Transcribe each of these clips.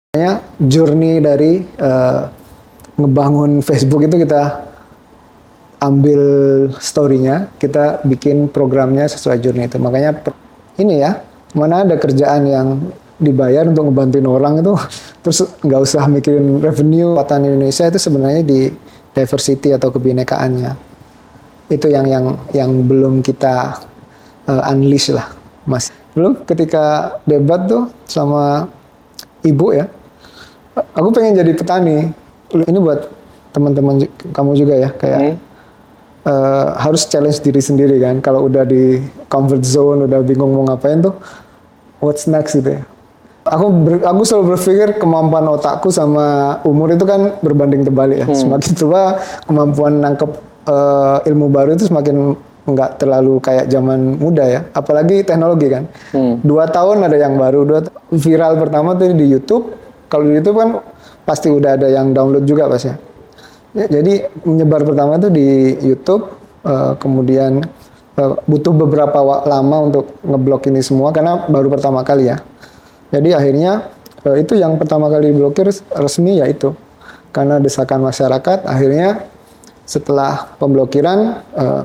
Journey dari ngebangun Facebook itu kita ambil story-nya, kita bikin programnya sesuai journey itu. Makanya ini ya, mana ada kerjaan yang dibayar untuk ngebantuin orang itu, terus nggak usah mikirin revenue. Kekuatan Indonesia itu sebenarnya di diversity atau kebinekaannya. Itu yang belum kita unleash lah, Mas. Dulu ketika debat tuh sama ibu ya, aku pengen jadi petani. Ini buat teman-teman kamu juga ya, kayak harus challenge diri sendiri kan. Kalau udah di comfort zone, udah bingung mau ngapain tuh, what's next gitu ya. Aku selalu berpikir kemampuan otakku sama umur itu kan berbanding terbalik ya. Semakin tua, kemampuan nangkep ilmu baru itu semakin nggak terlalu kayak zaman muda ya. Apalagi teknologi kan. 2 tahun ada yang baru. Viral pertama tuh di YouTube. Kalau di YouTube kan pasti udah ada yang download juga pasti. Ya, jadi menyebar pertama tuh di YouTube, kemudian butuh beberapa lama untuk ngeblok ini semua karena baru pertama kali ya. Jadi akhirnya itu yang pertama kali diblokir resmi ya itu. Karena desakan masyarakat, akhirnya setelah pemblokiran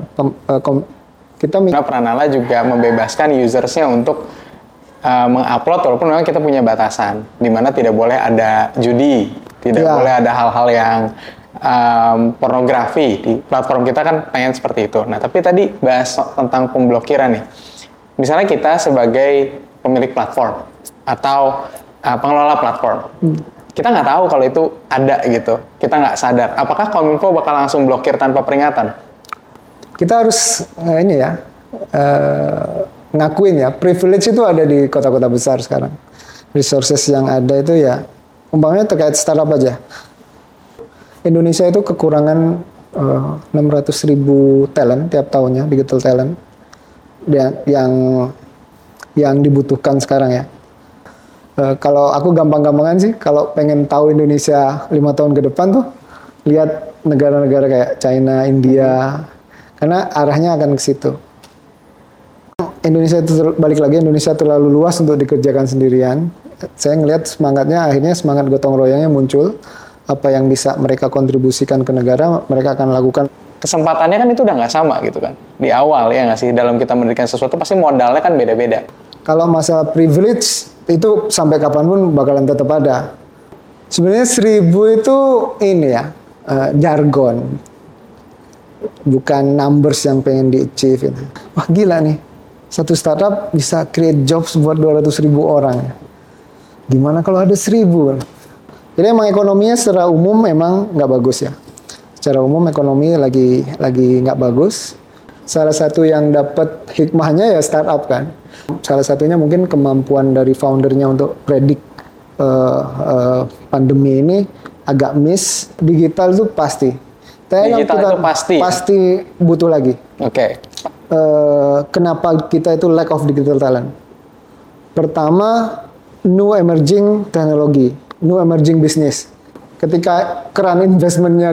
kita Pranala juga membebaskan usersnya untuk mengupload walaupun memang kita punya batasan di mana tidak boleh ada judi, tidak boleh ada hal-hal yang pornografi. Di platform kita kan pengen seperti itu. Nah, tapi tadi bahas tentang pemblokiran nih. Misalnya kita sebagai pemilik platform atau pengelola platform, kita nggak tahu kalau itu ada gitu. Kita nggak sadar. Apakah Kominfo bakal langsung blokir tanpa peringatan? Kita harus ini ya, ngakuin ya, privilege itu ada di kota-kota besar sekarang. Resources yang ada itu ya, umpamanya terkait startup aja. Indonesia itu kekurangan 600.000 talent tiap tahunnya, digital talent yang dibutuhkan sekarang ya. Kalau aku gampang-gampangan sih, kalau pengen tahu Indonesia 5 tahun ke depan tuh, lihat negara-negara kayak China, India, karena arahnya akan ke situ. Indonesia itu balik lagi, Indonesia terlalu luas untuk dikerjakan sendirian. Saya ngelihat akhirnya semangat gotong royongnya muncul. Apa yang bisa mereka kontribusikan ke negara, mereka akan lakukan. Kesempatannya kan itu udah nggak sama gitu kan. Di awal ya nggak sih, dalam kita mendirikan sesuatu pasti modalnya kan beda-beda. Kalau masalah privilege, itu sampai kapanpun bakalan tetap ada. Sebenarnya 1000 itu ini ya, jargon. Bukan numbers yang pengen di-achieve. Gitu. Wah gila nih, satu startup bisa create jobs buat 200.000 orang. Gimana kalau ada 1000? Jadi emang ekonominya secara umum memang nggak bagus ya. Secara umum ekonomi lagi nggak bagus. Salah satu yang dapat hikmahnya ya startup kan. Salah satunya mungkin kemampuan dari foundernya untuk predik pandemi ini agak miss. Digital itu pasti. Digital itu pasti. Pasti butuh lagi. Oke. Kenapa kita itu lack of digital talent? Pertama, new emerging teknologi. New emerging business. Ketika keran investmentnya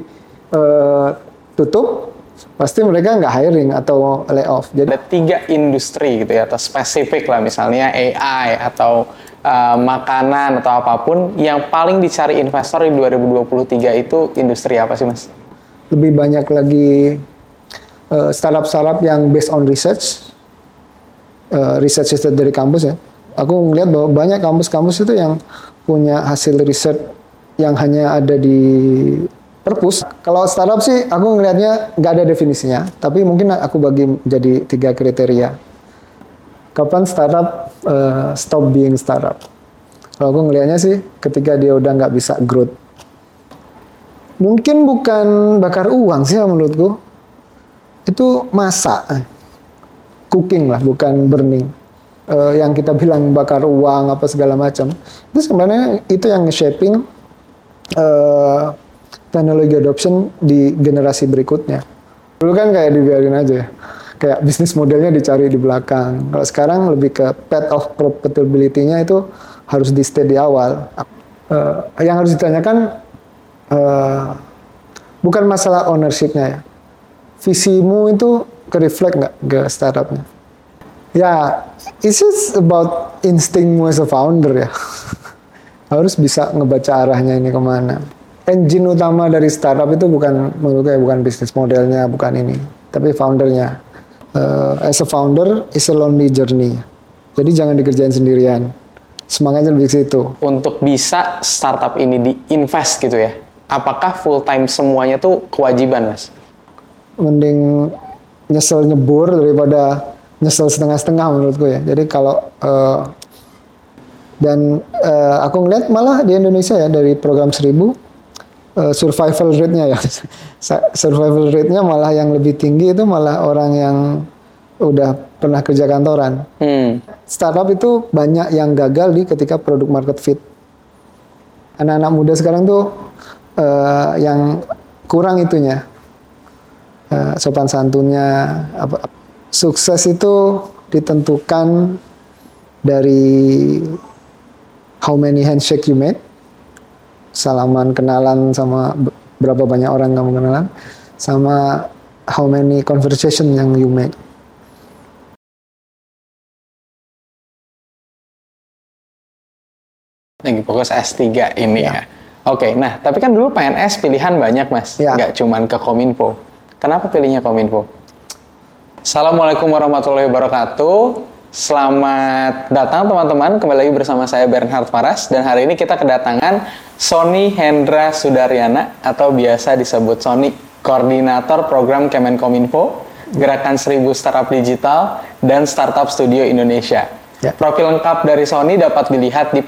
ditutup, pasti mereka nggak hiring atau layoff. Jadi ada 3 industri gitu ya, atau spesifik lah, misalnya AI atau makanan atau apapun yang paling dicari investor di 2023 itu industri apa sih Mas? Lebih banyak lagi startup-startup yang based on research itu dari kampus ya. Aku ngeliat bahwa banyak kampus-kampus itu yang punya hasil riset yang hanya ada di perpus. Kalau startup sih aku ngelihatnya nggak ada definisinya, tapi mungkin aku bagi jadi 3 kriteria. Kapan startup stop being startup? Kalau aku ngelihatnya sih ketika dia udah nggak bisa growth. Mungkin bukan bakar uang sih menurutku. Itu masak, cooking lah, bukan burning. Yang kita bilang bakar uang apa segala macam, itu sebenarnya itu yang nge-shaping teknologi adoption di generasi berikutnya. Dulu kan kayak dibiarin aja ya, kayak bisnis modelnya dicari di belakang. Kalau sekarang lebih ke path of profitability-nya itu harus di stay di awal. Yang harus ditanyakan bukan masalah ownership-nya ya, visimu itu ke-reflect nggak ke startup-nya. Ya, it's just about instingmu as a founder ya. harus bisa ngebaca arahnya ini kemana. Engine utama dari startup itu menurut saya bukan bisnis modelnya, bukan ini, tapi foundernya. As a founder is a lonely journey. Jadi jangan dikerjain sendirian. Semangatnya lebih ke situ. Untuk bisa startup ini di-invest gitu ya, apakah full time semuanya tuh kewajiban, Mas? Mending nyesel nyebur daripada nyesel setengah-setengah menurutku ya. Jadi kalau aku ngeliat malah di Indonesia ya, dari program 1000 survival rate-nya ya survival rate-nya malah yang lebih tinggi itu malah orang yang udah pernah kerja kantoran. Startup itu banyak yang gagal ketika produk market fit. Anak-anak muda sekarang tuh yang kurang itunya, sopan santunnya. Sukses itu ditentukan dari how many handshake you made, salaman, kenalan sama berapa banyak orang kamu kenalan, sama how many conversation yang you make. Lagi fokus S3 ini ya. Oke, nah tapi kan dulu PNS pilihan banyak, Mas. Nggak cuman ke Kominfo. Kenapa pilihnya Kominfo? Assalamualaikum warahmatullahi wabarakatuh. Selamat datang teman-teman, kembali lagi bersama saya Bernhard Faras. Dan hari ini kita kedatangan Sony Hendra Sudaryana, atau biasa disebut Sony, Koordinator Program Kemenkominfo, Gerakan 1000 Startup Digital, dan Startup Studio Indonesia. Profil lengkap dari Sony dapat dilihat di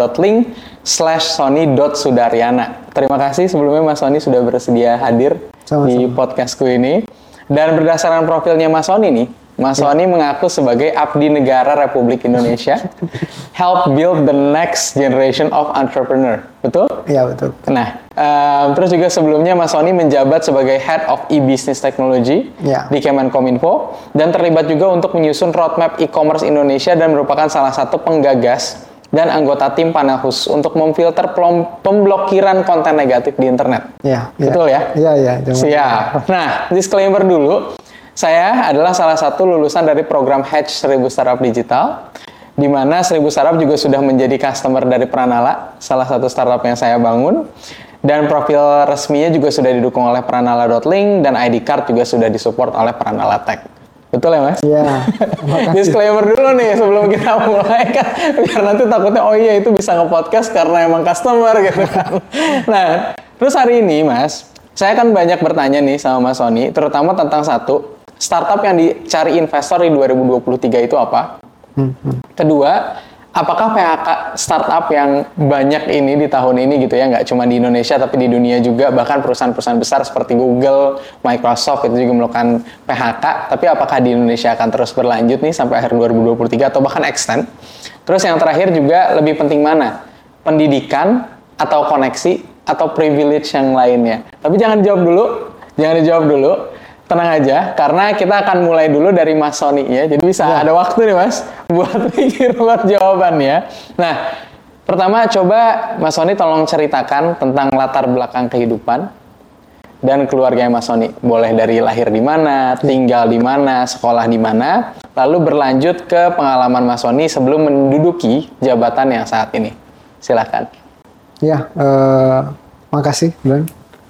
pranala.link/sony.sudaryana. Terima kasih sebelumnya Mas Sony sudah bersedia hadir di podcastku ini. Dan berdasarkan profilnya Mas Sony nih, Mas Sony mengaku sebagai abdi negara Republik Indonesia, help build the next generation of entrepreneur. Betul? Iya, betul. Nah, terus juga sebelumnya Mas Sony menjabat sebagai Head of E-Business Technology di Kemenkominfo dan terlibat juga untuk menyusun roadmap e-commerce Indonesia dan merupakan salah satu penggagas dan anggota tim panel khusus untuk memfilter pemblokiran konten negatif di internet. Iya. Betul ya? Iya. Siap. Nah, disclaimer dulu. Saya adalah salah satu lulusan dari program Hatch 1000 Startup Digital, di mana 1000 Startup juga sudah menjadi customer dari Pranala, salah satu startup yang saya bangun. Dan profil resminya juga sudah didukung oleh pranala.link dan ID card juga sudah disupport oleh Pranala Tech. Betul ya, Mas? Iya. Disclaimer dulu nih sebelum kita mulai kan, biar nanti takutnya oh iya itu bisa nge-podcast karena emang customer gitu kan. Nah, terus hari ini Mas, saya kan banyak bertanya nih sama Mas Sony, terutama tentang satu, startup yang dicari investor di 2023 itu apa? Kedua, apakah PHK startup yang banyak ini di tahun ini gitu ya, nggak cuma di Indonesia tapi di dunia juga, bahkan perusahaan-perusahaan besar seperti Google, Microsoft itu juga melakukan PHK, tapi apakah di Indonesia akan terus berlanjut nih sampai akhir 2023 atau bahkan extend? Terus yang terakhir juga lebih penting mana? Pendidikan atau koneksi atau privilege yang lainnya? Tapi jangan dijawab dulu. Tenang aja, karena kita akan mulai dulu dari Mas Sony ya. Jadi bisa ada waktu nih Mas, buat pikir buat jawabannya. Nah, pertama coba Mas Sony tolong ceritakan tentang latar belakang kehidupan dan keluarga Mas Sony. Boleh dari lahir di mana, tinggal di mana, sekolah di mana, lalu berlanjut ke pengalaman Mas Sony sebelum menduduki jabatan yang saat ini. Silakan. Ya, makasih Bang.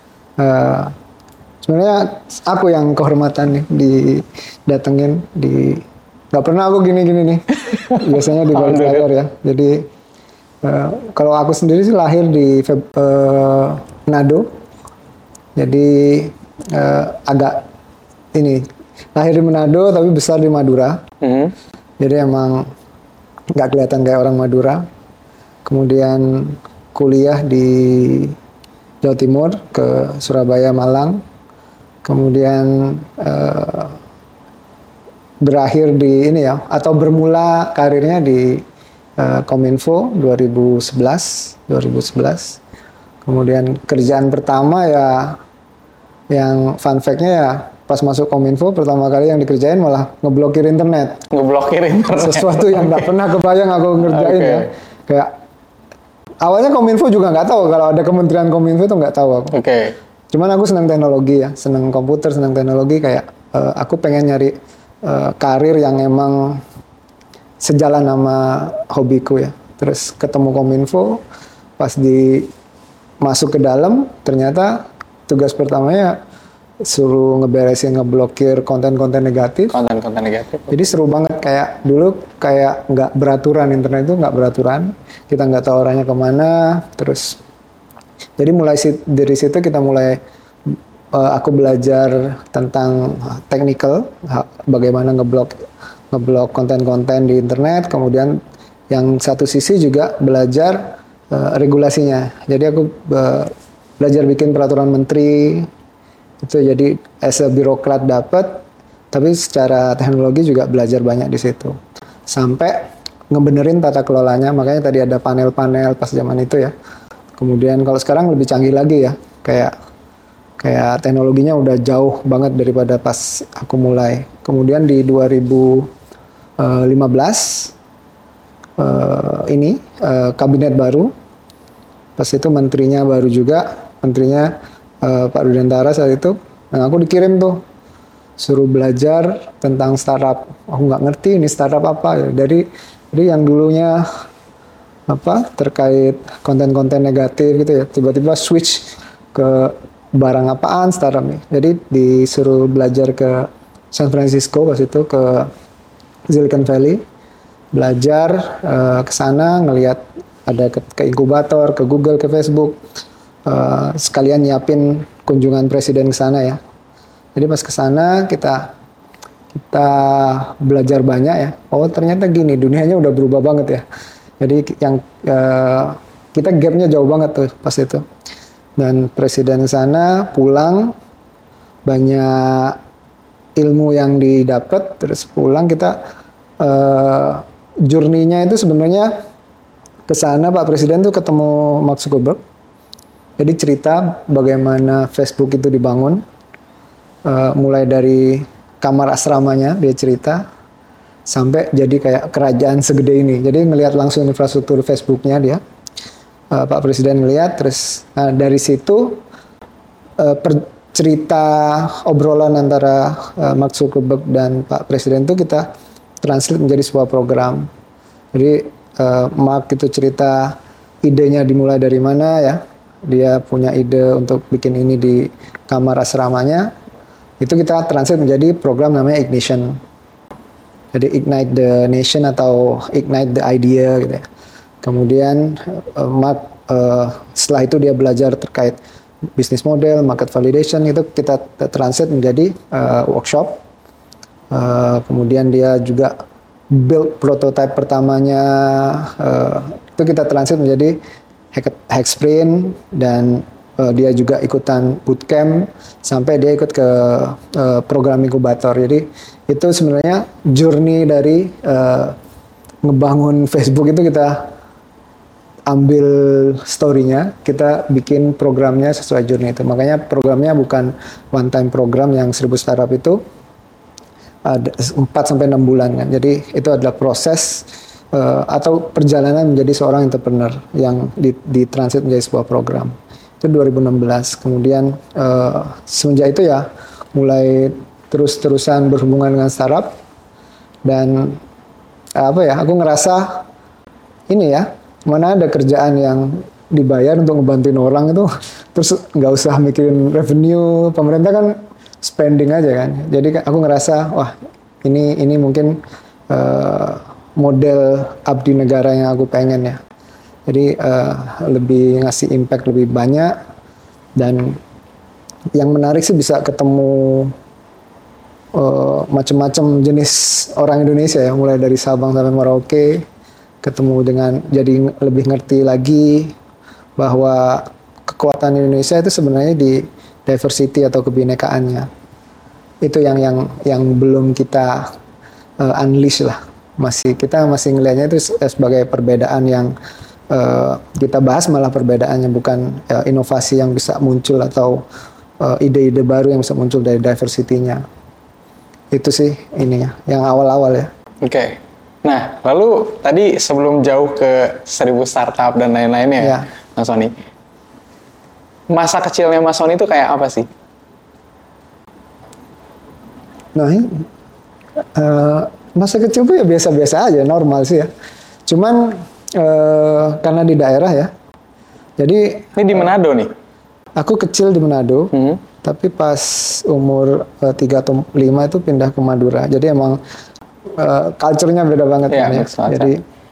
Sebenarnya aku yang kehormatan nih didatengin nggak pernah aku gini-gini nih. Biasanya di balik layar ya. Jadi kalau aku sendiri sih lahir di Manado. Jadi agak lahir di Manado tapi besar di Madura. Jadi emang nggak kelihatan kayak orang Madura. Kemudian kuliah di Jawa Timur ke Surabaya, Malang. Kemudian berakhir di atau bermula karirnya di Kominfo 2011. Kemudian kerjaan pertama ya, yang fun fact-nya ya, pas masuk Kominfo pertama kali yang dikerjain malah ngeblokir internet. Sesuatu yang nggak pernah kebayang aku ngerjain ya. Kayak awalnya Kominfo juga nggak tahu kalau ada Kementerian Kominfo itu nggak tahu aku. Cuman aku senang teknologi ya, senang komputer, senang teknologi, kayak aku pengen nyari karir yang emang sejalan sama hobiku ya. Terus ketemu Kominfo, Pas masuk ke dalam, ternyata tugas pertamanya suruh ngeblokir konten-konten negatif. Konten-konten negatif. Jadi seru banget, kayak dulu kayak nggak beraturan, internet itu nggak beraturan, kita nggak tahu arahnya kemana. Terus jadi dari situ kita mulai aku belajar tentang technical, bagaimana ngeblok konten-konten di internet. Kemudian yang satu sisi juga belajar regulasinya. Jadi aku belajar bikin peraturan menteri itu, jadi as a birokrat dapat, tapi secara teknologi juga belajar banyak di situ. Sampai ngebenerin tata kelolanya, makanya tadi ada panel-panel pas zaman itu ya. Kemudian kalau sekarang lebih canggih lagi ya, kayak teknologinya udah jauh banget daripada pas aku mulai. Kemudian di 2015 kabinet baru, pas itu menterinya baru juga, menterinya Pak Rudentara saat itu. Nah, aku dikirim tuh suruh belajar tentang startup. Aku nggak ngerti ini startup apa. Jadi yang dulunya terkait konten-konten negatif gitu ya, tiba-tiba switch ke barang apaan startup nih. Jadi disuruh belajar ke San Francisco pas itu, ke Silicon Valley, belajar ke sana, ngelihat ada ke inkubator, ke Google, ke Facebook, sekalian nyiapin kunjungan presiden ke sana ya. Jadi pas ke sana kita belajar banyak ya. Oh ternyata gini, dunianya udah berubah banget ya. Jadi yang kita gapnya jauh banget tuh pas itu. Dan presiden sana pulang, banyak ilmu yang didapat, terus pulang kita journey-nya itu sebenarnya ke sana Pak Presiden tuh ketemu Mark Zuckerberg. Jadi cerita bagaimana Facebook itu dibangun, mulai dari kamar asramanya dia cerita sampai jadi kayak kerajaan segede ini. Jadi ngelihat langsung infrastruktur Facebooknya dia, Pak Presiden ngelihat, terus dari situ cerita obrolan antara Mark Zuckerberg dan Pak Presiden itu kita translate menjadi sebuah program. Jadi Mark itu cerita idenya dimulai dari mana ya. Dia punya ide untuk bikin ini di kamar asramanya. Itu kita translate menjadi program namanya Ignition. Jadi Ignite the Nation atau Ignite the Idea gitu ya. Kemudian Mark setelah itu dia belajar terkait business model, market validation, itu kita translate menjadi workshop. Kemudian dia juga build prototype pertamanya, itu kita translate menjadi hack sprint, dan dia juga ikutan bootcamp sampai dia ikut ke program inkubator. Jadi itu sebenarnya journey dari ngebangun Facebook itu kita ambil story-nya, kita bikin programnya sesuai journey itu. Makanya programnya bukan one time program yang 1000 startup itu, ada 4-6 bulan kan. Jadi itu adalah proses atau perjalanan menjadi seorang entrepreneur yang ditranslate menjadi sebuah program. Itu 2016. Kemudian semenjak itu ya mulai terus-terusan berhubungan dengan startup, dan aku ngerasa ini ya, mana ada kerjaan yang dibayar untuk ngebantuin orang itu terus nggak usah mikirin revenue, pemerintah kan spending aja kan. Jadi aku ngerasa wah ini mungkin model abdi negara yang aku pengen ya. Jadi lebih ngasih impact lebih banyak, dan yang menarik sih bisa ketemu macam-macam jenis orang Indonesia ya, mulai dari Sabang sampai Merauke, ketemu dengan, jadi lebih ngerti lagi bahwa kekuatan Indonesia itu sebenarnya di diversity atau kebinekaannya. Itu yang belum kita unleash lah. Kita masih ngelihatnya itu sebagai perbedaan yang kita bahas, malah perbedaannya bukan inovasi yang bisa muncul atau ide-ide baru yang bisa muncul dari diversity-nya. Itu sih ininya, yang awal-awal ya. Oke. Nah, lalu tadi sebelum jauh ke 1000 startup dan lain-lainnya ya, Mas Sony. Masa kecilnya Mas Sony itu kayak apa sih? Nah, masa kecil tuh ya biasa-biasa aja, normal sih ya. Cuman karena di daerah ya, Jadi Ini di Manado nih. aku kecil di Manado, tapi pas umur 3 atau 5 itu pindah ke Madura. Jadi emang culture-nya beda banget Iya, kan ya. mixed culture. Jadi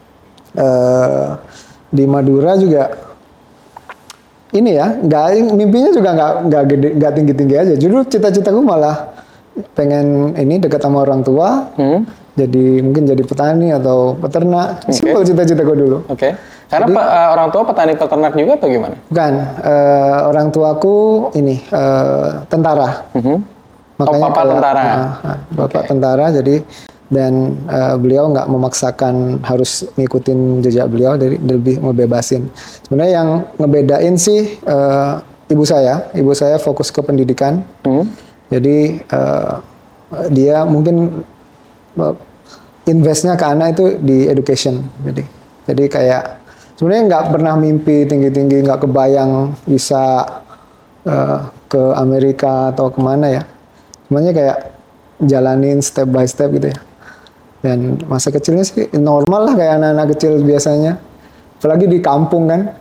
di Madura juga ini ya, mimpinya juga nggak gede, nggak tinggi-tinggi aja. Justru cita-citaku malah pengen ini dekat sama orang tua. Jadi mungkin jadi petani atau peternak. Simpel cita-citaku dulu. Oke. Karena orang tua petani peternak juga atau gimana? Bukan, orang tuaku ini tentara. Makanya papa tentara. Bapak tentara, jadi dan beliau nggak memaksakan harus ngikutin jejak beliau, jadi lebih ngebebasin. Sebenarnya yang ngebedain sih ibu saya fokus ke pendidikan. Jadi dia mungkin investnya ke anak itu di education. Jadi kayak sebenarnya nggak pernah mimpi tinggi-tinggi, nggak kebayang bisa ke Amerika atau kemana ya. Sebenarnya kayak jalanin step by step gitu ya. Dan masa kecilnya sih normal lah kayak anak-anak kecil biasanya. Apalagi di kampung kan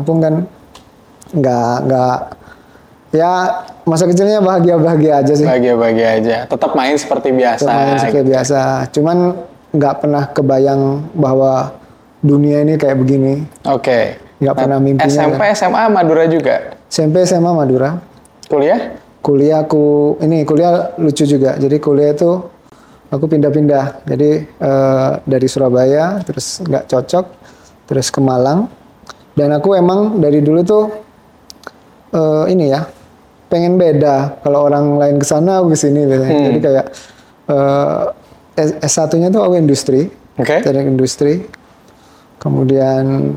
nggak ya masa kecilnya bahagia-bahagia aja sih. Bahagia-bahagia aja. Tetap main seperti biasa. Main seperti biasa. Cuman nggak pernah kebayang bahwa dunia ini kayak begini. Oke. Nggak pernah mimpinya. SMP, kan. SMA Madura juga. SMP, SMA Madura. Kuliah? Kuliah lucu juga. Jadi kuliah itu aku pindah-pindah. Jadi dari Surabaya terus nggak cocok, terus ke Malang. Dan aku emang dari dulu tuh ini ya pengen beda. Kalau orang lain ke sana aku ke sini biasanya. Jadi kayak S1-nya tuh aku industri. Teknik industri. Kemudian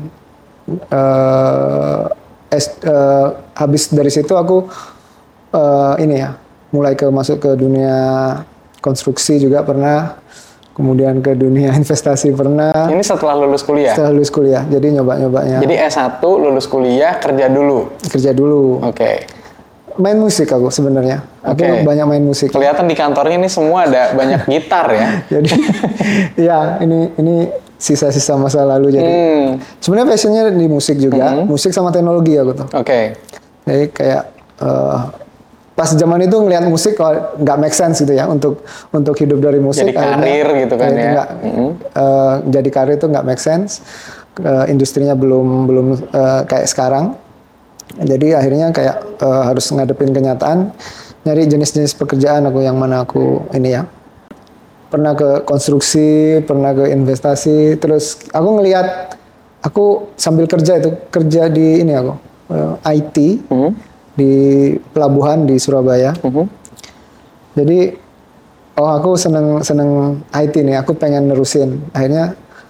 habis dari situ aku ini ya mulai masuk ke dunia konstruksi juga pernah, kemudian ke dunia investasi pernah. Ini setelah lulus kuliah? Setelah lulus kuliah, jadi nyoba-nyobanya. Jadi S1 lulus kuliah, kerja dulu? Kerja dulu. Oke. Main musik aku sebenarnya. Aku banyak main musik. Kelihatan di kantornya ini semua ada banyak gitar ya? Jadi ya ini sisa-sisa masa lalu. Jadi sebenarnya passionnya di musik juga, musik sama teknologi aku tuh. Jadi kayak pas zaman itu ngelihat musik kalau nggak make sense gitu ya untuk hidup dari musik. Jadi karir gitu kan ya? Jadi karir itu nggak make sense. Industrinya belum kayak sekarang. Jadi akhirnya kayak harus ngadepin kenyataan, nyari jenis-jenis pekerjaan yang mana aku ini ya. Pernah ke konstruksi, pernah ke investasi, terus aku ngelihat aku sambil kerja di ini IT di pelabuhan di Surabaya. Jadi aku seneng IT nih, aku pengen nerusin. Akhirnya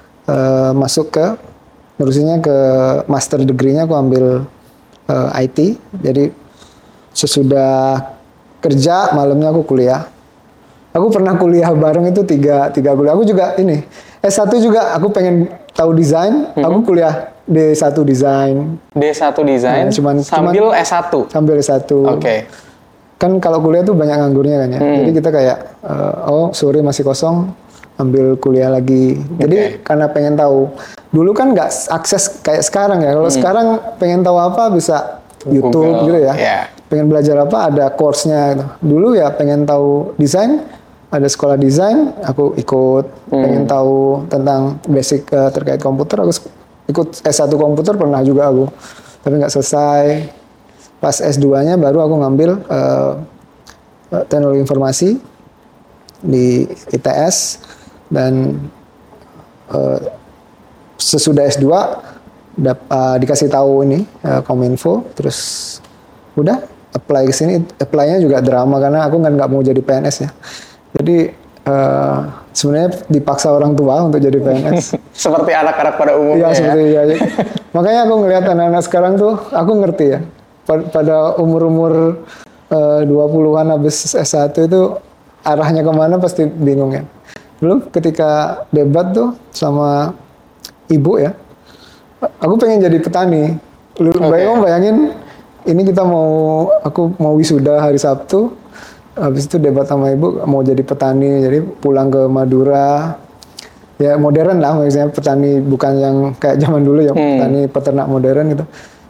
nerusinnya ke master degree-nya aku ambil IT. Jadi sesudah kerja malamnya aku kuliah. Aku pernah kuliah bareng itu tiga kuliah. Aku juga ini S1 juga aku pengen tahu desain. Aku kuliah D1 desain. D1 desain sambil S1. Sambil S1. Oke. Kan kalau kuliah tuh banyak nganggurnya kan ya. Jadi kita kayak sore masih kosong, ambil kuliah lagi. Jadi karena pengen tahu. Dulu kan nggak akses kayak sekarang ya. Kalau sekarang pengen tahu apa bisa YouTube Google, gitu ya. Yeah. Pengen belajar apa ada course-nya gitu. Dulu ya pengen tahu desain, ada sekolah desain, aku ikut. Pengen tahu tentang basic terkait komputer, aku ikut S1 komputer pernah juga aku. Tapi nggak selesai. Pas S2-nya baru aku ngambil teknologi informasi di ITS dan sesudah S2 dikasih tahu ini Kominfo, terus udah apply ke sini. Apply-nya juga drama karena aku kan nggak mau jadi PNS ya. Jadi sebenarnya dipaksa orang tua untuk jadi PNS. Seperti anak-anak pada umumnya. Iya, seperti ya. Makanya aku ngelihat anak-anak sekarang tuh, aku ngerti ya. Pada umur-umur 20-an habis S1 itu arahnya kemana pasti bingung ya. Dulu ketika debat tuh sama ibu ya, aku pengen jadi petani. Bayangin ini aku mau wisuda hari Sabtu, habis itu debat sama ibu mau jadi petani, jadi pulang ke Madura. Ya modern lah, misalnya petani bukan yang kayak zaman dulu ya, petani peternak modern gitu.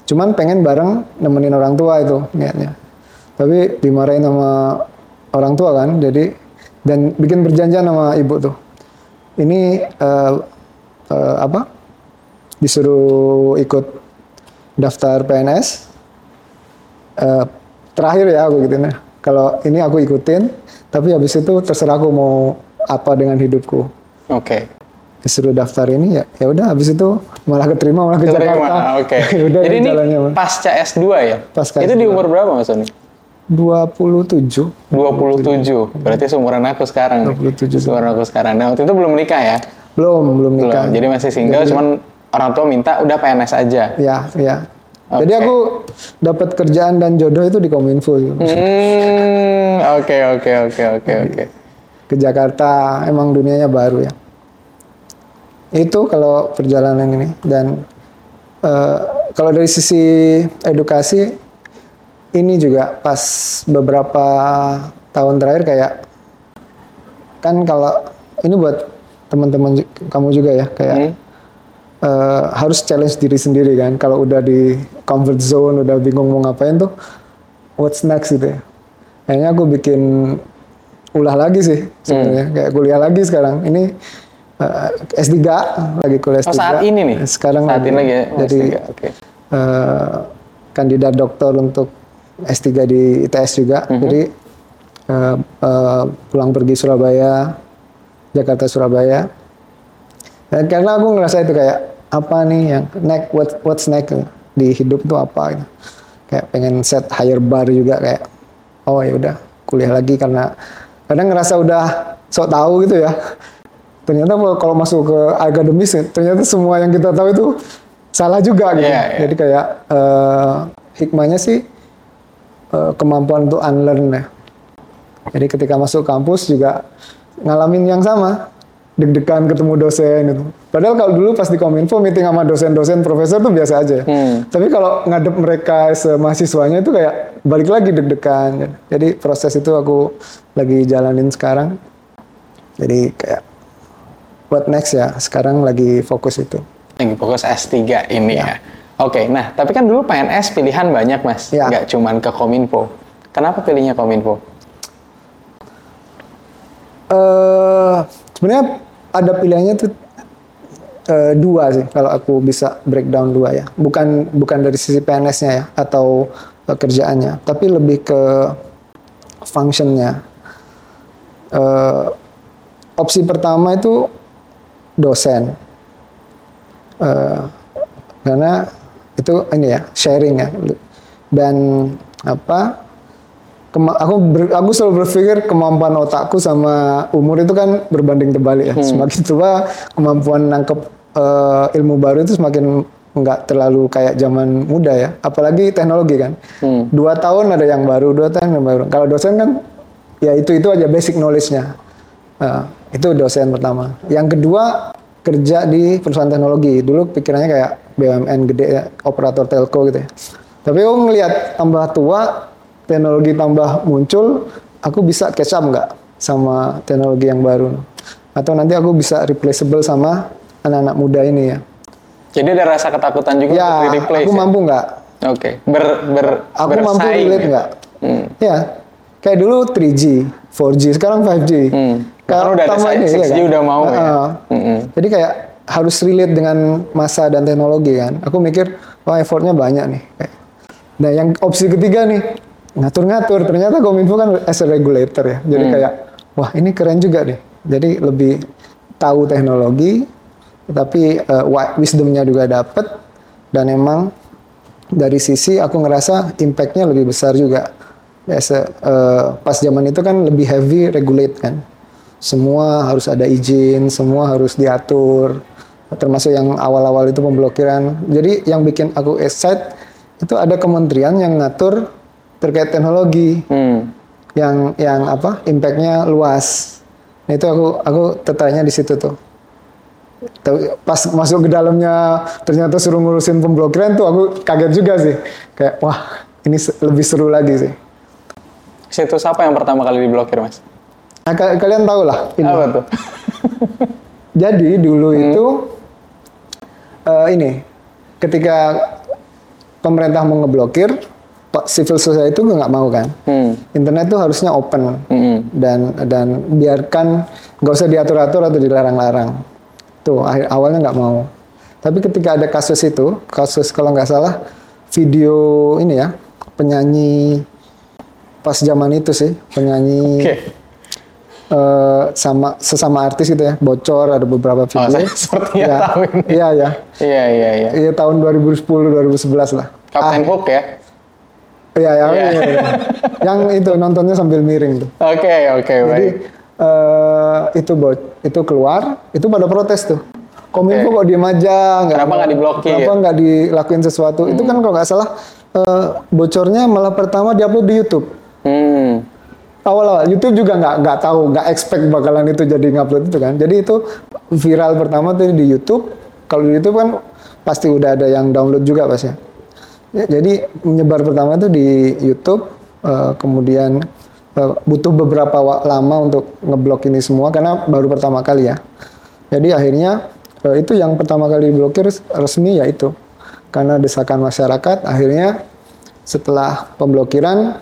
Cuman pengen bareng nemenin orang tua itu niatnya. Tapi dimarahin sama orang tua kan, jadi dan bikin perjanjian sama ibu tuh. Ini apa? Disuruh ikut daftar PNS. Terakhir ya aku gitu nih. Kalau ini aku ikutin, tapi habis itu terserah aku mau apa dengan hidupku. Oke. Disuruh daftar ini ya udah habis itu malah keterima malah ke Jakarta. Oke. Udah Jadi ini jalannya, pasca S2 ya? Pasca itu S2. di umur berapa Mas Sony? 27. 27. Berarti seumuran aku sekarang. 27. Seumuran aku sekarang. Nah, waktu itu belum menikah ya? Belum nikah. Jadi masih single, cuman orang tua minta udah PNS aja. Ya. Okay. Jadi aku dapat kerjaan dan jodoh itu di Kominfo. Oke. Ke Jakarta, emang dunianya baru ya. Itu kalau perjalanan ini. Dan kalau dari sisi edukasi, ini juga pas beberapa tahun terakhir kayak, kan kalau ini buat teman-teman kamu juga ya, kayak harus challenge diri sendiri kan. Kalau udah di comfort zone, udah bingung mau ngapain tuh, what's next gitu ya. Kayaknya aku bikin ulah lagi sih sebenarnya, kayak kuliah lagi sekarang. Ini S3 lagi kuliah S3. Oh, saat ini nih? Sekarang saat ini lagi ya? jadi S3. Okay. Kandidat doktor untuk S3 di ITS juga. Jadi pulang pergi Surabaya, Jakarta Surabaya. Dan karena aku ngerasa itu kayak apa nih yang next, what's next di hidup tuh apa gitu. Kayak pengen set higher bar juga, kayak oh ya udah kuliah lagi, karena kadang ngerasa udah sok tahu gitu ya. Ternyata kalau masuk ke akademis ternyata semua yang kita tahu itu salah juga gitu. Yeah. Jadi kayak hikmahnya sih kemampuan untuk unlearn ya. Jadi ketika masuk kampus juga ngalamin yang sama, deg-degan ketemu dosen gitu. Padahal kalau dulu pas di Kominfo meeting sama dosen-dosen profesor tuh biasa aja. Tapi kalau ngadep mereka semahasiswanya itu kayak balik lagi deg-degan. Jadi proses itu aku lagi jalanin sekarang. Jadi kayak what next ya, sekarang lagi fokus itu. Lagi fokus S3 ini ya. Oke, nah tapi kan dulu PNS pilihan banyak Mas, nggak cuman ke Kominfo. Kenapa pilihnya Kominfo? Sebenarnya ada pilihannya tuh dua sih, kalau aku bisa breakdown dua ya. Bukan dari sisi PNS-nya ya atau kerjaannya, tapi lebih ke functionnya. Opsi pertama itu dosen, karena itu ini ya sharing ya, dan apa? Aku selalu berpikir kemampuan otakku sama umur itu kan berbanding terbalik ya. Semakin tua kemampuan nangkep ilmu baru itu semakin nggak terlalu kayak zaman muda ya. Apalagi teknologi kan. 2 tahun ada yang baru, 2 tahun yang baru. Kalau dosen kan ya itu aja basic knowledge-nya. Itu dosen pertama. Yang kedua kerja di perusahaan teknologi. Dulu pikirannya kayak BUMN gede ya, operator telco gitu ya. Tapi aku ngelihat tambah tua, teknologi tambah muncul, aku bisa catch up nggak sama teknologi yang baru? Atau nanti aku bisa replaceable sama anak-anak muda ini ya? Jadi ada rasa ketakutan juga ya, untuk di-replace. Aku mampu nggak? Oke. Aku mampu relate nggak? Ya, kayak dulu 3G, 4G, sekarang 5G. Kalau udah ada 6G kan? Udah mau ya. Jadi kayak harus relate dengan masa dan teknologi kan. Aku mikir, wah effortnya banyak nih. Nah yang opsi ketiga nih, ngatur-ngatur. Ternyata Kominfo kan as a regulator ya. Jadi kayak, wah ini keren juga deh. Jadi lebih tahu teknologi, tapi wisdomnya juga dapet. Dan emang dari sisi aku ngerasa impact-nya lebih besar juga. Pas zaman itu kan lebih heavy regulate kan. Semua harus ada izin, semua harus diatur. Termasuk yang awal-awal itu pemblokiran. Jadi yang bikin aku excited itu ada kementerian yang ngatur terkait teknologi, yang apa impact-nya luas. Nah, itu aku tertariknya di situ tuh. Pas masuk ke dalamnya ternyata suruh ngurusin pemblokiran tuh aku kaget juga sih. Kayak wah ini lebih seru lagi sih. Situs apa yang pertama kali diblokir Mas? Nah, kalian tahu lah. Apa tuh? Jadi dulu itu ini ketika pemerintah mau ngeblokir, civil society itu nggak mau kan. Internet tuh harusnya open dan biarkan, nggak usah diatur-atur atau dilarang-larang. Tuh awalnya nggak mau. Tapi ketika ada kasus kalau nggak salah video ini ya, penyanyi pas zaman itu sih, penyanyi sesama artis gitu ya, bocor ada beberapa video. Saya sepertinya tahu ini. Iya. Iya tahun 2010 2011 lah. Captain Hook ya. Iya. Yang itu nontonnya sambil miring tuh. Oke, Jadi itu keluar, itu pada protes tuh. Kominfo kok diem aja, kenapa nggak diblokir? Kenapa nggak dilakuin sesuatu? Itu kan kalau nggak salah bocornya malah pertama diupload di YouTube. Awal-awal YouTube juga nggak tahu, nggak expect bakalan itu jadi ngupload itu kan. Jadi itu viral pertama tuh di YouTube. Kalau di YouTube kan pasti udah ada yang download juga pasti. Ya, jadi menyebar pertama itu di YouTube, kemudian butuh beberapa lama untuk ngeblok ini semua karena baru pertama kali ya. Jadi akhirnya itu yang pertama kali diblokir resmi ya itu. Karena desakan masyarakat, akhirnya setelah pemblokiran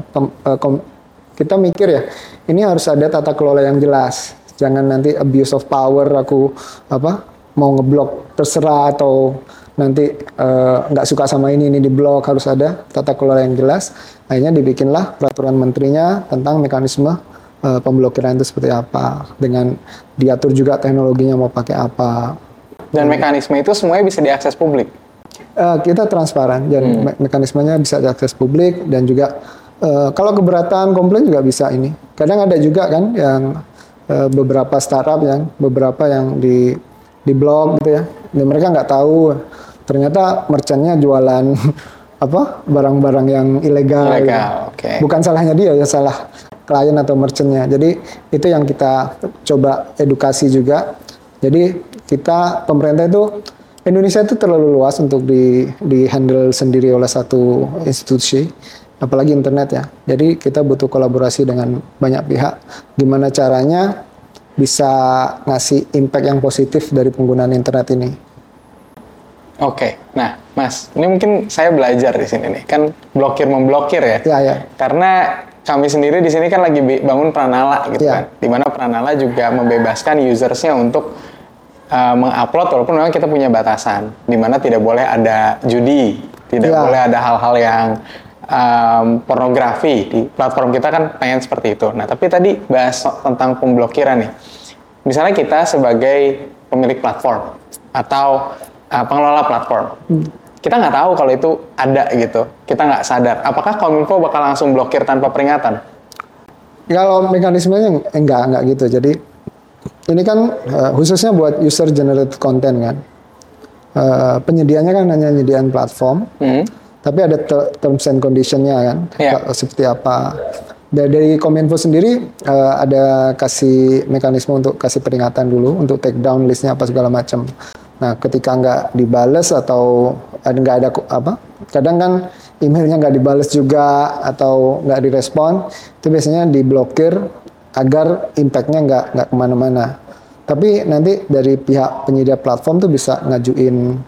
kita mikir ya, ini harus ada tata kelola yang jelas. Jangan nanti abuse of power, aku mau ngeblok terserah atau nanti nggak suka sama ini diblok, harus ada tata kelola yang jelas. Akhirnya dibikinlah peraturan menterinya tentang mekanisme pemblokiran itu seperti apa, dengan diatur juga teknologinya mau pakai apa. Dan mekanisme itu semuanya bisa diakses publik? Kita transparan, dan mekanismenya bisa diakses publik, dan juga kalau keberatan komplain juga bisa ini. Kadang ada juga kan yang beberapa startup beberapa yang di blog gitu ya, dan mereka nggak tahu ternyata merchantnya jualan barang-barang yang ilegal. Okay. Bukan salahnya dia ya, salah klien atau merchantnya. Jadi itu yang kita coba edukasi juga. Jadi pemerintah itu, Indonesia itu terlalu luas untuk di handle sendiri oleh satu institusi, apalagi internet ya. Jadi kita butuh kolaborasi dengan banyak pihak. Gimana caranya bisa ngasih impact yang positif dari penggunaan internet ini. Oke, nah Mas, ini mungkin saya belajar di sini nih, kan blokir-memblokir ya. Ya. Karena kami sendiri di sini kan lagi bangun Pranala gitu kan, di mana Pranala juga membebaskan usersnya untuk mengupload, walaupun memang kita punya batasan, di mana tidak boleh ada judi, tidak boleh ada hal-hal yang pornografi. Di platform kita kan pengen seperti itu. Nah, tapi tadi bahas tentang pemblokiran nih. Misalnya kita sebagai pemilik platform atau pengelola platform, kita nggak tahu kalau itu ada gitu, kita nggak sadar. Apakah Kominfo bakal langsung blokir tanpa peringatan? Kalau mekanismenya enggak gitu. Jadi ini kan khususnya buat user generated content kan. Penyediaannya kan hanya nyediain platform, tapi ada terms and condition-nya kan, seperti apa. Dari Kominfo sendiri ada kasih mekanisme untuk kasih peringatan dulu, untuk take down listnya apa segala macam. Nah, ketika nggak dibales atau nggak ada kadang kan emailnya nggak dibales juga atau nggak direspon, itu biasanya diblokir agar impact-nya nggak kemana-mana. Tapi nanti dari pihak penyedia platform tuh bisa ngajuin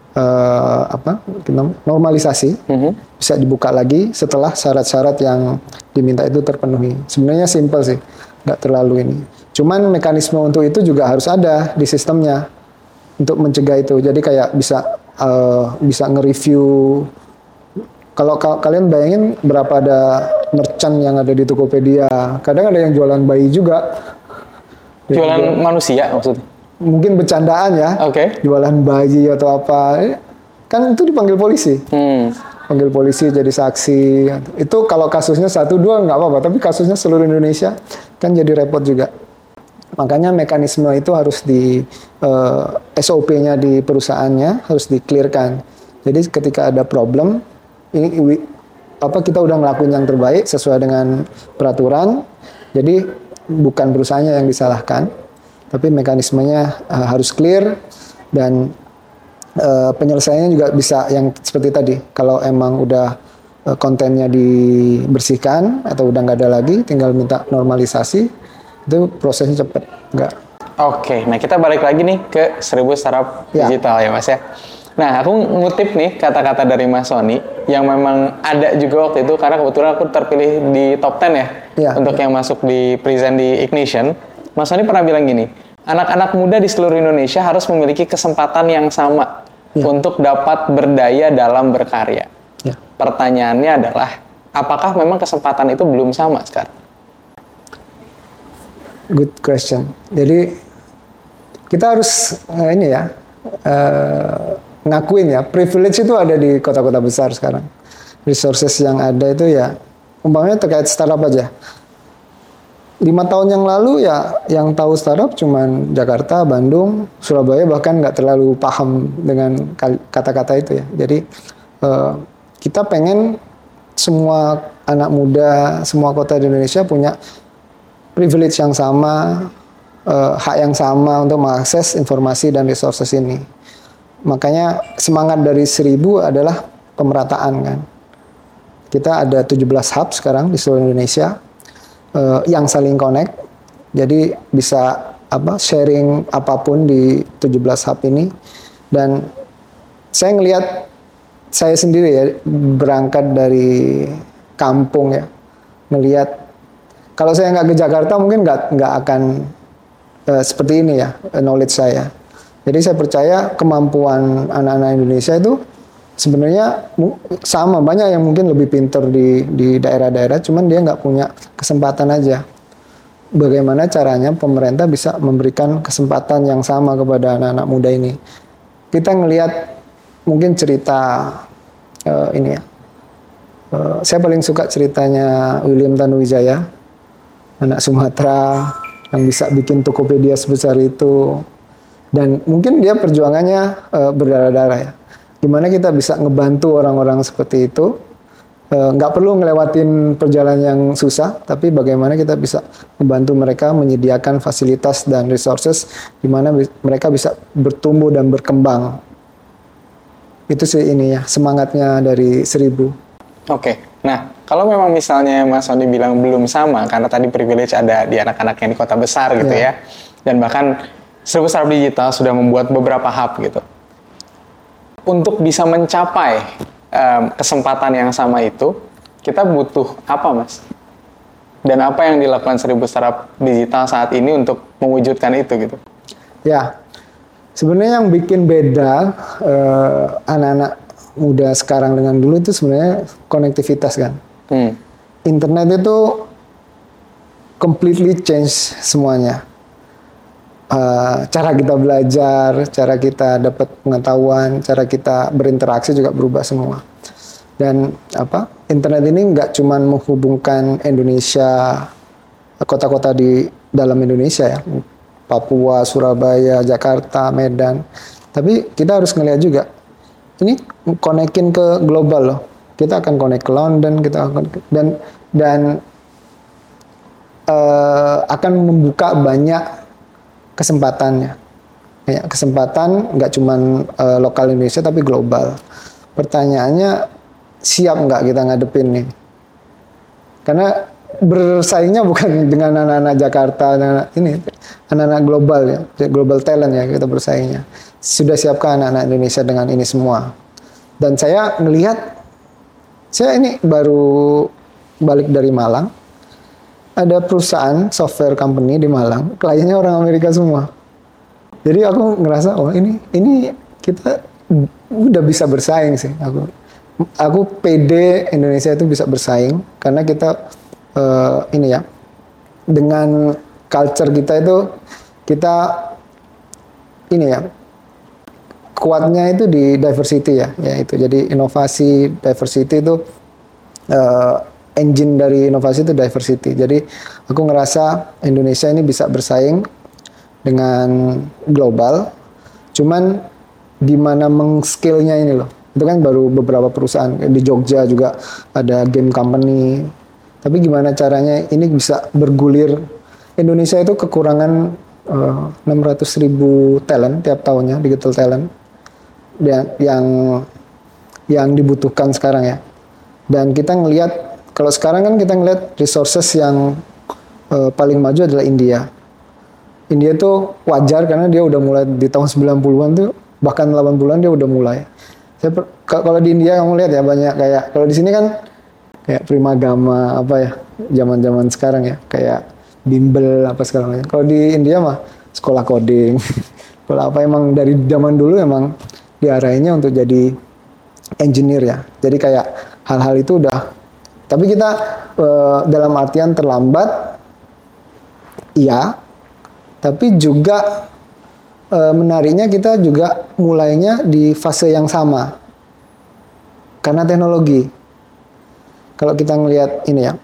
normalisasi, bisa dibuka lagi setelah syarat-syarat yang diminta itu terpenuhi. Sebenarnya simple sih, nggak terlalu ini. Cuman mekanisme untuk itu juga harus ada di sistemnya untuk mencegah itu. Jadi kayak bisa nge-review. Kalau kalian bayangin berapa ada merchant yang ada di Tokopedia. Kadang ada yang jualan bayi juga. Jualan manusia maksudnya? Mungkin bercandaan ya. Jualan bayi atau apa. Kan itu dipanggil polisi. Panggil polisi jadi saksi. Itu kalau kasusnya 1-2 nggak apa-apa. Tapi kasusnya seluruh Indonesia kan jadi repot juga. Makanya mekanisme itu harus di SOP-nya di perusahaannya harus di-clearkan. Jadi ketika ada problem, ini kita udah ngelakuin yang terbaik sesuai dengan peraturan. Jadi bukan perusahaannya yang disalahkan, tapi mekanismenya harus clear, dan penyelesaiannya juga bisa yang seperti tadi. Kalau emang udah kontennya dibersihkan atau udah nggak ada lagi, tinggal minta normalisasi. Itu prosesnya cepat, enggak. Oke, nah kita balik lagi nih ke 1000 startup digital ya Mas ya. Nah, aku ngutip nih kata-kata dari Mas Sony yang memang ada juga waktu itu karena kebetulan aku terpilih di top 10 ya Iya. untuk yang masuk di present di Ignition. Mas Sony pernah bilang gini, anak-anak muda di seluruh Indonesia harus memiliki kesempatan yang sama untuk dapat berdaya dalam berkarya. Ya. Pertanyaannya adalah, apakah memang kesempatan itu belum sama sekarang? Good question. Jadi kita harus ngakuin ya, privilege itu ada di kota-kota besar sekarang. Resources yang ada itu ya, umpamanya terkait startup aja. 5 tahun yang lalu ya, yang tahu startup cuman Jakarta, Bandung, Surabaya, bahkan nggak terlalu paham dengan kata-kata itu ya. Jadi kita pengen semua anak muda, semua kota di Indonesia punya privilege yang sama, hak yang sama untuk mengakses informasi dan resources ini. Makanya semangat dari 1000 adalah pemerataan kan. Kita ada 17 hub sekarang di seluruh Indonesia yang saling connect. Jadi bisa sharing apapun di 17 hub ini. Dan saya ngelihat saya sendiri ya berangkat dari kampung ya, ngelihat kalau saya nggak ke Jakarta mungkin nggak akan seperti ini ya knowledge saya. Jadi saya percaya kemampuan anak-anak Indonesia itu sebenarnya sama, banyak yang mungkin lebih pintar di daerah-daerah, cuman dia nggak punya kesempatan aja. Bagaimana caranya pemerintah bisa memberikan kesempatan yang sama kepada anak-anak muda ini? Kita ngelihat mungkin cerita ini ya. Saya paling suka ceritanya William Tanuwijaya, anak Sumatera yang bisa bikin Tokopedia sebesar itu. Dan mungkin dia perjuangannya berdarah-darah ya. Gimana kita bisa ngebantu orang-orang seperti itu, nggak perlu ngelewatin perjalanan yang susah, tapi bagaimana kita bisa membantu mereka menyediakan fasilitas dan resources di mana mereka bisa bertumbuh dan berkembang. Itu sih ini ya, semangatnya dari 1000. Oke, nah kalau memang misalnya Mas Sony bilang belum sama, karena tadi privilege ada di anak-anak yang di kota besar gitu ya, dan bahkan 1000 Startup Digital sudah membuat beberapa hub gitu. Untuk bisa mencapai kesempatan yang sama itu, kita butuh apa, Mas? Dan apa yang dilakukan 1000 Startup Digital saat ini untuk mewujudkan itu gitu? Ya, sebenarnya yang bikin beda anak-anak muda sekarang dengan dulu itu sebenarnya konektivitas kan. Internet itu completely change semuanya. Cara kita belajar, cara kita dapat pengetahuan, cara kita berinteraksi juga berubah semua. Dan internet ini nggak cuma menghubungkan Indonesia, kota-kota di dalam Indonesia ya, Papua, Surabaya, Jakarta, Medan. Tapi kita harus ngelihat juga, ini konekin ke global loh. Kita akan connect ke London, dan akan membuka banyak kesempatannya. Ya, kesempatan nggak cuma lokal Indonesia tapi global. Pertanyaannya, siap nggak kita ngadepin nih? Karena bersaingnya bukan dengan anak-anak Jakarta, anak-anak global ya, global talent ya kita bersaingnya. Sudah siapkah anak-anak Indonesia dengan ini semua? Dan saya ngelihat, saya ini baru balik dari Malang. Ada perusahaan software company di Malang, kliennya orang Amerika semua. Jadi aku ngerasa, oh ini kita udah bisa bersaing sih. Aku pede Indonesia itu bisa bersaing karena kita dengan culture kita itu kita kuatnya itu di diversity ya itu. Jadi inovasi diversity itu engine dari inovasi itu diversity. Jadi aku ngerasa Indonesia ini bisa bersaing dengan global. Cuman di mana meng-skillnya ini loh. Itu kan baru beberapa perusahaan. Di Jogja juga ada game company. Tapi gimana caranya ini bisa bergulir. Indonesia itu kekurangan 600.000 talent tiap tahunnya, digital talent. Yang dibutuhkan sekarang ya. Dan kita ngelihat, kalau sekarang kan kita ngelihat resources yang paling maju adalah India. India tuh wajar karena dia udah mulai di tahun 90-an tuh bahkan 80-an dia udah mulai. Kalau di India kamu lihat ya banyak kayak, kalau di sini kan kayak Primagama apa ya, zaman-zaman sekarang ya, kayak bimbel apa segala macam. Kalau di India mah sekolah coding, sekolah apa, emang dari zaman dulu emang diarahinnya untuk jadi engineer ya. Jadi kayak hal-hal itu udah, tapi kita dalam artian terlambat, iya, tapi juga menariknya kita juga mulainya di fase yang sama karena teknologi. Kalau kita ngelihat ini ya,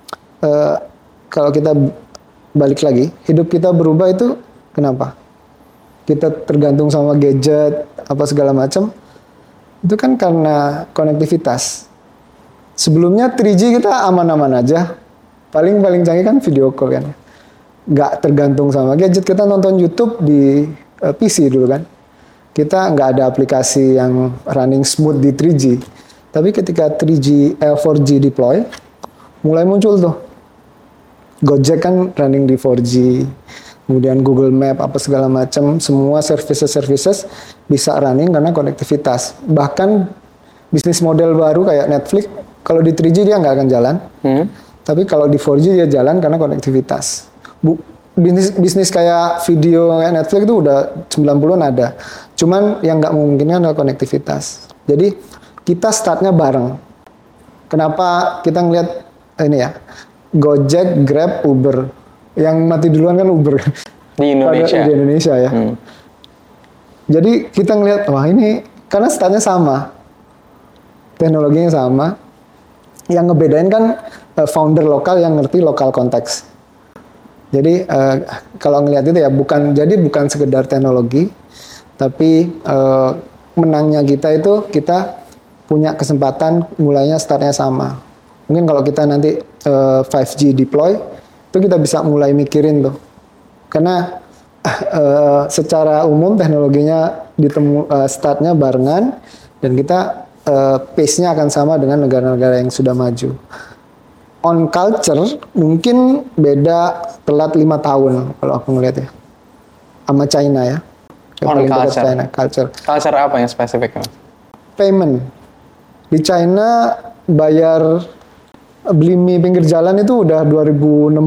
kalau kita balik lagi, hidup kita berubah itu kenapa? Kita tergantung sama gadget apa segala macam, itu kan karena konektivitas. Sebelumnya 3G kita aman-aman aja, paling canggih kan video call kan, nggak tergantung sama gadget. Kita nonton YouTube di PC dulu kan, kita nggak ada aplikasi yang running smooth di 3G. Tapi ketika 4G deploy, mulai muncul tuh Gojek kan running di 4G, kemudian Google Map apa segala macam, semua services bisa running karena konektivitas. Bahkan bisnis model baru kayak Netflix, kalau di 3G dia nggak akan jalan, tapi kalau di 4G dia jalan karena konektivitas. Bisnis kayak video kayak Netflix itu udah 90-an ada. Cuman yang nggak memungkinkan adalah konektivitas. Jadi kita startnya bareng. Kenapa kita ngelihat ini ya, Gojek, Grab, Uber. Yang mati duluan kan Uber. Di Indonesia. Di Indonesia ya. Jadi kita ngelihat, wah ini karena startnya sama. Teknologinya sama. Yang ngebedain kan founder lokal yang ngerti lokal konteks. Jadi kalau ngelihat itu ya bukan sekedar teknologi, tapi menangnya kita itu kita punya kesempatan mulainya startnya sama. Mungkin kalau kita nanti 5G deploy, itu kita bisa mulai mikirin tuh, karena secara umum teknologinya startnya barengan dan kita pace-nya akan sama dengan negara-negara yang sudah maju. On culture mungkin beda telat 5 tahun kalau aku ngeliat ya, sama China ya. On culture. China, culture. Culture apa yang spesifik? Payment. Di China bayar beli mie pinggir jalan itu udah 2016.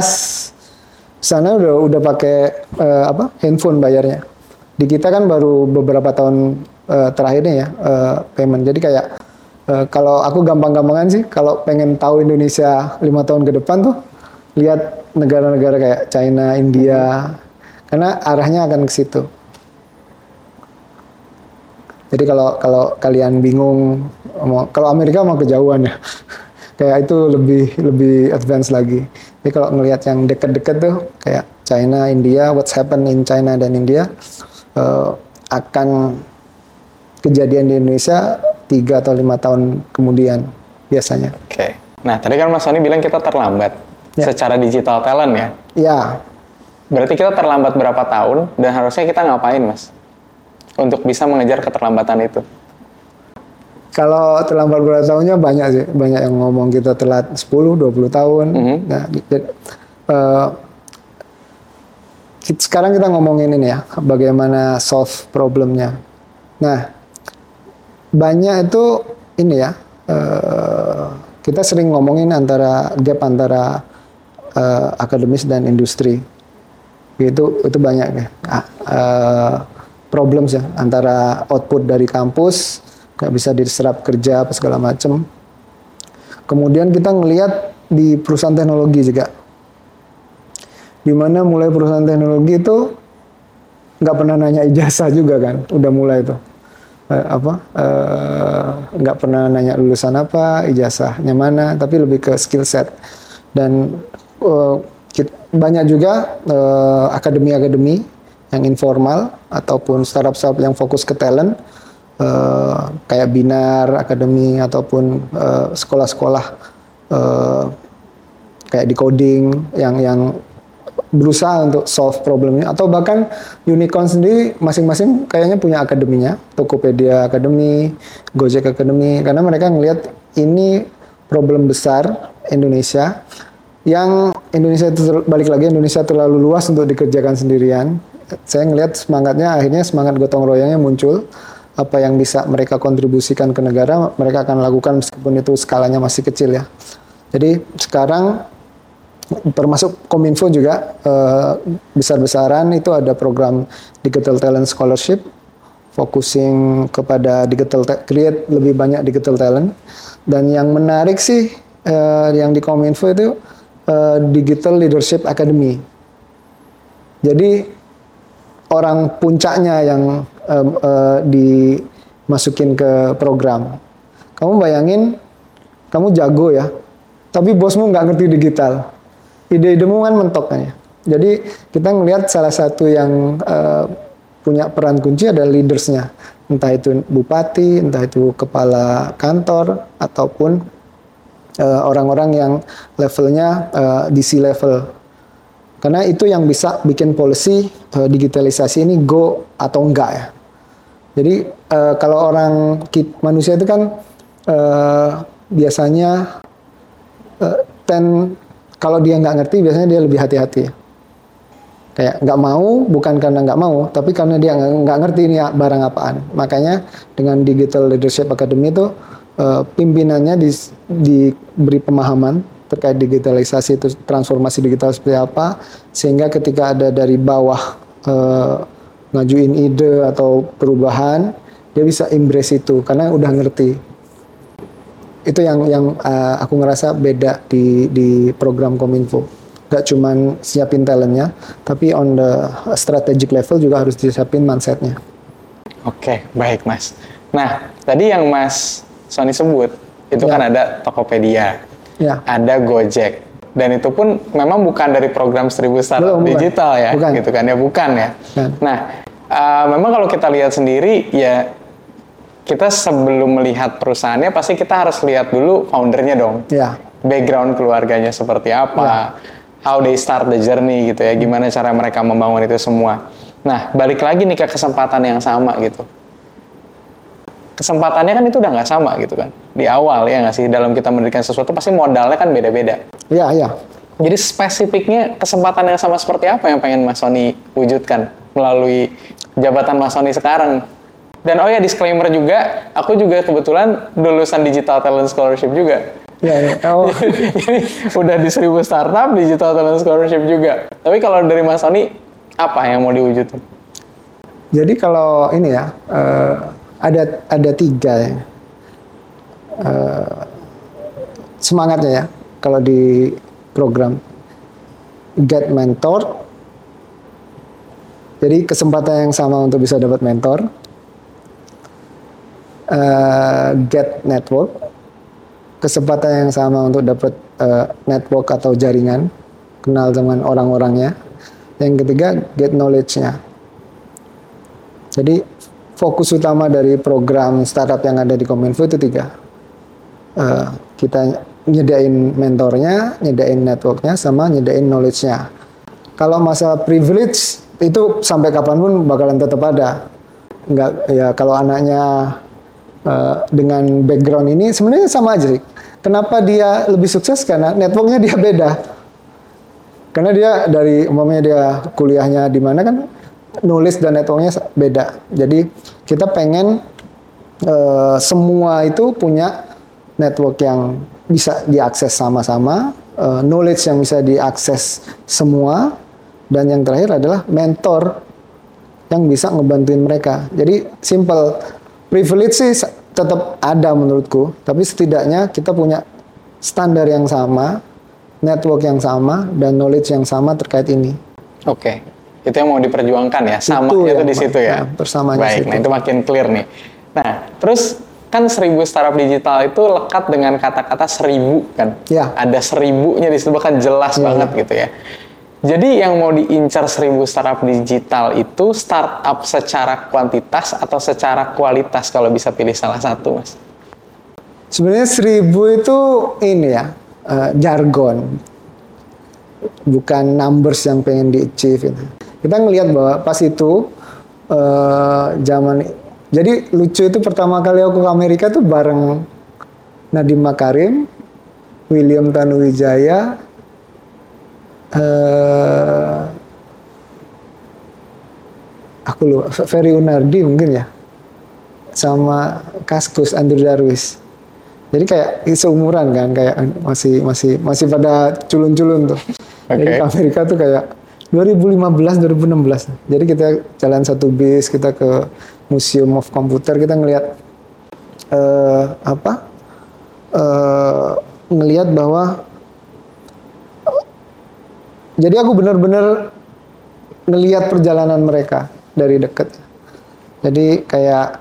Sana udah pakai handphone bayarnya. Di kita kan baru beberapa tahun terakhirnya ya payment. Jadi kayak kalau aku gampang-gampangan sih, kalau pengen tahu Indonesia 5 tahun ke depan tuh, lihat negara-negara kayak China, India, karena arahnya akan ke situ. Jadi kalau kalian bingung, kalau Amerika mau kejauhan ya, kayak itu lebih advance lagi. Jadi kalau ngelihat yang deket-deket tuh, kayak China, India, what's happen in China dan India, akan kejadian di Indonesia 3 atau 5 tahun kemudian biasanya. Oke. Nah, tadi kan Mas Sony bilang kita terlambat secara digital talent ya? Ya. Berarti kita terlambat berapa tahun dan harusnya kita ngapain, Mas? Untuk bisa mengejar keterlambatan itu. Kalau terlambat berapa tahunnya banyak sih. Banyak yang ngomong kita telat 10-20 tahun. Nah, sekarang kita ngomongin ini ya, bagaimana solve problemnya. Nah, banyak itu ini ya, kita sering ngomongin gap antara akademis dan industri. Itu banyak ya, problems ya, antara output dari kampus nggak bisa diserap kerja apa segala macam. Kemudian kita ngelihat di perusahaan teknologi juga, dimana mulai perusahaan teknologi itu nggak pernah nanya ijazah juga kan, udah mulai tuh. Nggak pernah nanya lulusan apa, ijazahnya mana, tapi lebih ke skill set. Dan banyak juga akademi-akademi yang informal ataupun startup-startup yang fokus ke talent, kayak Binar Academy ataupun sekolah-sekolah kayak di coding yang berusaha untuk solve problemnya, atau bahkan unicorn sendiri masing-masing kayaknya punya akademinya, Tokopedia Academy, Gojek Academy, karena mereka ngelihat ini problem besar Indonesia, yang Indonesia itu balik lagi, Indonesia terlalu luas untuk dikerjakan sendirian. saya ngelihat semangatnya, akhirnya semangat gotong royongnya muncul. Apa yang bisa mereka kontribusikan ke negara, mereka akan lakukan meskipun itu skalanya masih kecil ya. Jadi sekarang termasuk Kominfo juga besar-besaran itu ada program Digital Talent Scholarship, focusing kepada create lebih banyak digital talent. Dan yang menarik sih yang di Kominfo itu Digital Leadership Academy. Jadi orang puncaknya yang dimasukin ke program. Kamu bayangin, kamu jago ya, tapi bosmu nggak ngerti digital. Ide-idemu kan mentok kan ya. Jadi kita ngelihat salah satu yang punya peran kunci adalah leadersnya. Entah itu bupati, entah itu kepala kantor, ataupun orang-orang yang levelnya di C-level. Karena itu yang bisa bikin policy digitalisasi ini go atau enggak ya. Jadi kalau manusia itu kan biasanya kalau dia nggak ngerti biasanya dia lebih hati-hati. Kayak nggak mau bukan karena nggak mau, tapi karena dia nggak ngerti ini barang apaan. Makanya dengan Digital Leadership Academy itu pimpinannya diberi pemahaman terkait digitalisasi itu, transformasi digital seperti apa, sehingga ketika ada dari bawah ngajuin ide atau perubahan, dia bisa embrace itu karena udah ngerti. Itu yang aku ngerasa beda di program Kominfo. Gak cuman siapin talentnya, tapi on the strategic level juga harus disiapin mindsetnya. Oke, baik Mas. Nah, tadi yang Mas Sony sebut, itu kan ada Tokopedia, ada Gojek. Dan itu pun memang bukan dari program 1000 Startup Digital ya, bukan. Gitu kan ya, bukan ya. Nah, memang kalau kita lihat sendiri ya, kita sebelum melihat perusahaannya pasti kita harus lihat dulu foundernya dong. Background keluarganya seperti apa, how they start the journey gitu ya, gimana cara mereka membangun itu semua. Nah, balik lagi nih ke kesempatan yang sama gitu. Kesempatannya kan itu udah nggak sama gitu kan. Di awal ya nggak sih, dalam kita mendirikan sesuatu pasti modalnya kan beda-beda. Iya. Jadi spesifiknya kesempatan yang sama seperti apa yang pengen Mas Sony wujudkan melalui jabatan Mas Sony sekarang? Dan oh ya, disclaimer juga, aku juga kebetulan lulusan Digital Talent Scholarship juga. Oh. Jadi udah di 1000 Startup, Digital Talent Scholarship juga. Tapi kalau dari Mas Sony, apa yang mau diwujudkan? Jadi kalau ini ya, ada 3 ya. Semangatnya ya, kalau di program Get Mentor. Jadi kesempatan yang sama untuk bisa dapat mentor. Get Network, kesempatan yang sama untuk dapat network atau jaringan, kenal dengan orang-orangnya. Yang ketiga, get knowledge-nya. Jadi fokus utama dari program startup yang ada di Kominfo itu 3. Kita nyediain mentornya, nyediain networknya, sama nyediain knowledge-nya. Kalau masalah privilege itu sampai kapanpun bakalan tetap ada. Enggak ya, kalau anaknya dengan background ini sebenarnya sama aja sih. Kenapa dia lebih sukses? Karena networknya dia beda. Karena dia dari umpamanya dia kuliahnya di mana kan, knowledge dan networknya beda. Jadi kita pengen semua itu punya network yang bisa diakses sama-sama, knowledge yang bisa diakses semua, dan yang terakhir adalah mentor yang bisa ngebantuin mereka. Jadi simple. Privilege sih tetap ada menurutku, tapi setidaknya kita punya standar yang sama, network yang sama, dan knowledge yang sama terkait ini. Oke, itu yang mau diperjuangkan ya, sama itu di situ ya. Persamanya. Baik, nah itu makin clear nih. Nah, terus kan 1000 Startup Digital itu lekat dengan kata-kata 1000 kan? Ya. Ada 1000-nya di situ, bahkan jelas banget gitu ya. Jadi yang mau diincar 1000 Startup Digital itu startup secara kuantitas atau secara kualitas, kalau bisa pilih salah satu, Mas? Sebenarnya 1000 itu ini ya, jargon, bukan numbers yang pengen di-achieve. Kita ngelihat bahwa pas itu jadi lucu itu pertama kali aku ke Amerika tuh bareng Nadiem Makarim, William Tanuwijaya, aku lupa, Ferry Unardi mungkin ya, sama Kaskus Andrew Darwis. Jadi kayak seumuran kan, kayak masih pada culun-culun tuh. Jadi ke Amerika tuh kayak 2015 2016. Jadi kita jalan satu bis, kita ke Museum of Computer, kita ngelihat ngelihat bahwa jadi aku benar-benar ngelihat perjalanan mereka dari dekat. Jadi kayak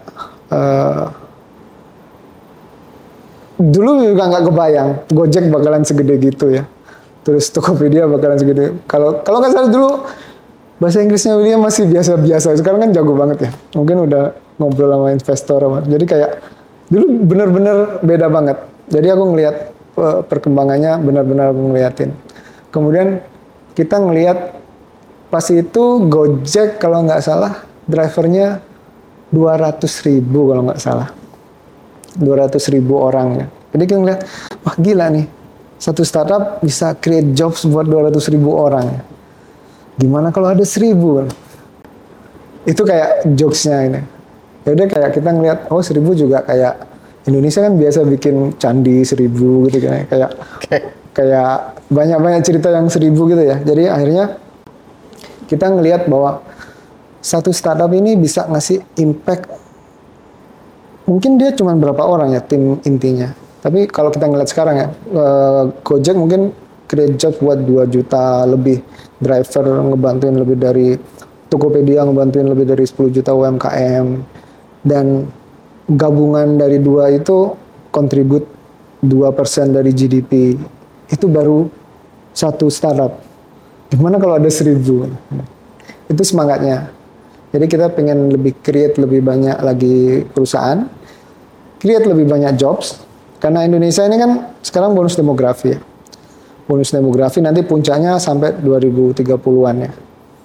dulu juga nggak kebayang Gojek bakalan segede gitu ya. Terus Tokopedia bakalan segede. Kalau nggak salah dulu bahasa Inggrisnya William masih biasa-biasa. Sekarang kan jago banget ya. Mungkin udah ngobrol sama investor. Jadi kayak dulu benar-benar beda banget. Jadi aku ngelihat perkembangannya, benar-benar aku ngeliatin. Kemudian kita ngelihat pas itu Gojek kalau nggak salah drivernya 200.000 kalau nggak salah. 200.000 orang ya. Jadi kita ngeliat, wah gila nih, satu startup bisa create jobs buat 200.000 orang ya. Gimana kalau ada 1.000? Itu kayak jokesnya ini. Yaudah kayak kita ngeliat, oh 1.000 juga kayak Indonesia kan biasa bikin candi 1.000 gitu kan. Kayak banyak cerita yang 1.000 gitu ya. Jadi akhirnya kita ngeliat bahwa satu startup ini bisa ngasih impact. Mungkin dia cuma berapa orang ya tim intinya. Tapi kalau kita ngeliat sekarang ya, Gojek mungkin create job buat 2 juta lebih. Driver ngebantuin lebih dari, Tokopedia ngebantuin lebih dari 10 juta UMKM. Dan gabungan dari dua itu kontribut 2% dari GDP. Itu baru satu startup. Gimana kalau ada 1.000? Itu semangatnya. Jadi kita pengen lebih create lebih banyak lagi perusahaan, create lebih banyak jobs, karena Indonesia ini kan sekarang bonus demografi ya. Bonus demografi nanti puncaknya sampai 2030-an ya.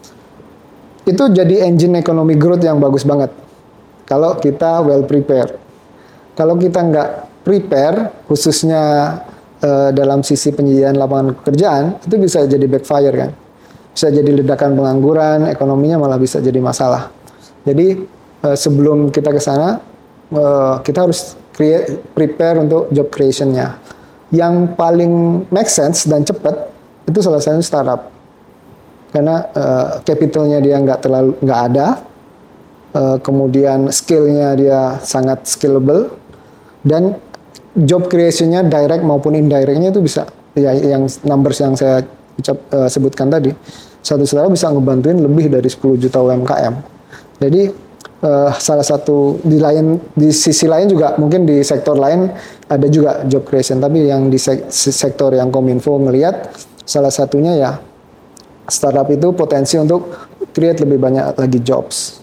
Itu jadi engine economic growth yang bagus banget. Kalau kita well prepared. Kalau kita nggak prepare, khususnya dalam sisi penyediaan lapangan pekerjaan, itu bisa jadi backfire kan. Bisa jadi ledakan pengangguran, ekonominya malah bisa jadi masalah. Jadi sebelum kita ke sana, kita harus prepare untuk job creation-nya. Yang paling make sense dan cepat itu salah satu startup, karena capitalnya dia nggak ada, kemudian skillnya dia sangat scalable, dan job creation-nya direct maupun indirect-nya itu bisa ya, yang numbers yang saya sebutkan tadi, satu startup bisa ngebantuin lebih dari 10 juta UMKM. Jadi salah satu di sisi lain juga mungkin di sektor lain ada juga job creation, tapi yang di sektor yang Kominfo ngelihat salah satunya ya startup itu potensi untuk create lebih banyak lagi jobs.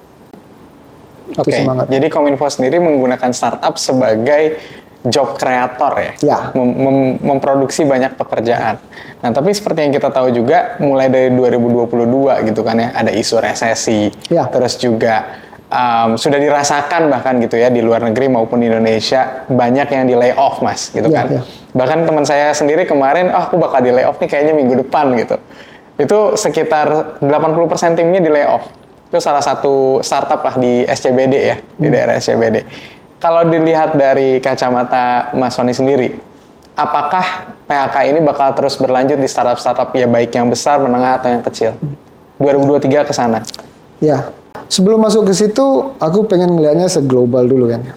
Oke, jadi Kominfo sendiri menggunakan startup sebagai job creator ya, memproduksi banyak pekerjaan. Nah, tapi seperti yang kita tahu juga, mulai dari 2022 gitu kan ya, ada isu resesi, terus juga sudah dirasakan bahkan gitu ya di luar negeri maupun di Indonesia banyak yang di layoff mas, gitu kan. Bahkan teman saya sendiri kemarin, aku bakal di layoff nih kayaknya minggu depan gitu. Itu sekitar 80% timnya di layoff. Itu salah satu startup lah di SCBD ya, di daerah SCBD. Kalau dilihat dari kacamata Mas Sony sendiri, apakah PHK ini bakal terus berlanjut di startup-startup ya baik yang besar, menengah atau yang kecil? 2023 ke sana. Ya, sebelum masuk ke situ, aku pengen ngelihatnya seglobal dulu kan.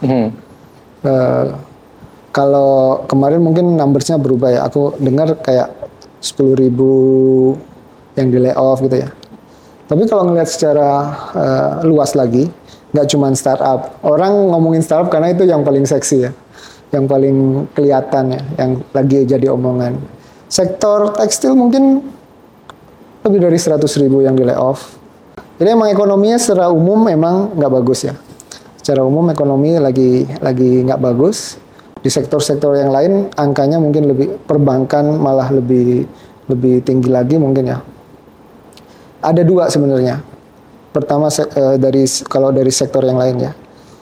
Kalau kemarin mungkin numbersnya berubah ya. Aku dengar kayak 10.000 yang di layoff gitu ya. Tapi kalau ngelihat secara luas lagi, nggak cuma startup. Orang ngomongin startup karena itu yang paling seksi ya, yang paling kelihatan ya, yang lagi jadi omongan. Sektor tekstil mungkin lebih dari 100.000 yang di layoff. Jadi emang ekonominya secara umum memang nggak bagus ya. Secara umum ekonomi lagi nggak bagus. Di sektor-sektor yang lain angkanya mungkin lebih, perbankan malah lebih tinggi lagi mungkin ya. Ada dua sebenarnya. Pertama kalau dari sektor yang lain ya,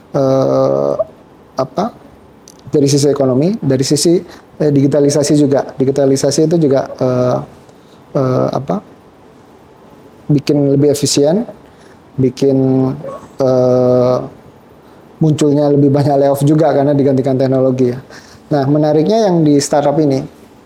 dari sisi ekonomi, dari sisi digitalisasi juga. Digitalisasi itu juga bikin lebih efisien, bikin munculnya lebih banyak layoff juga karena digantikan teknologi ya. Nah, menariknya yang di startup ini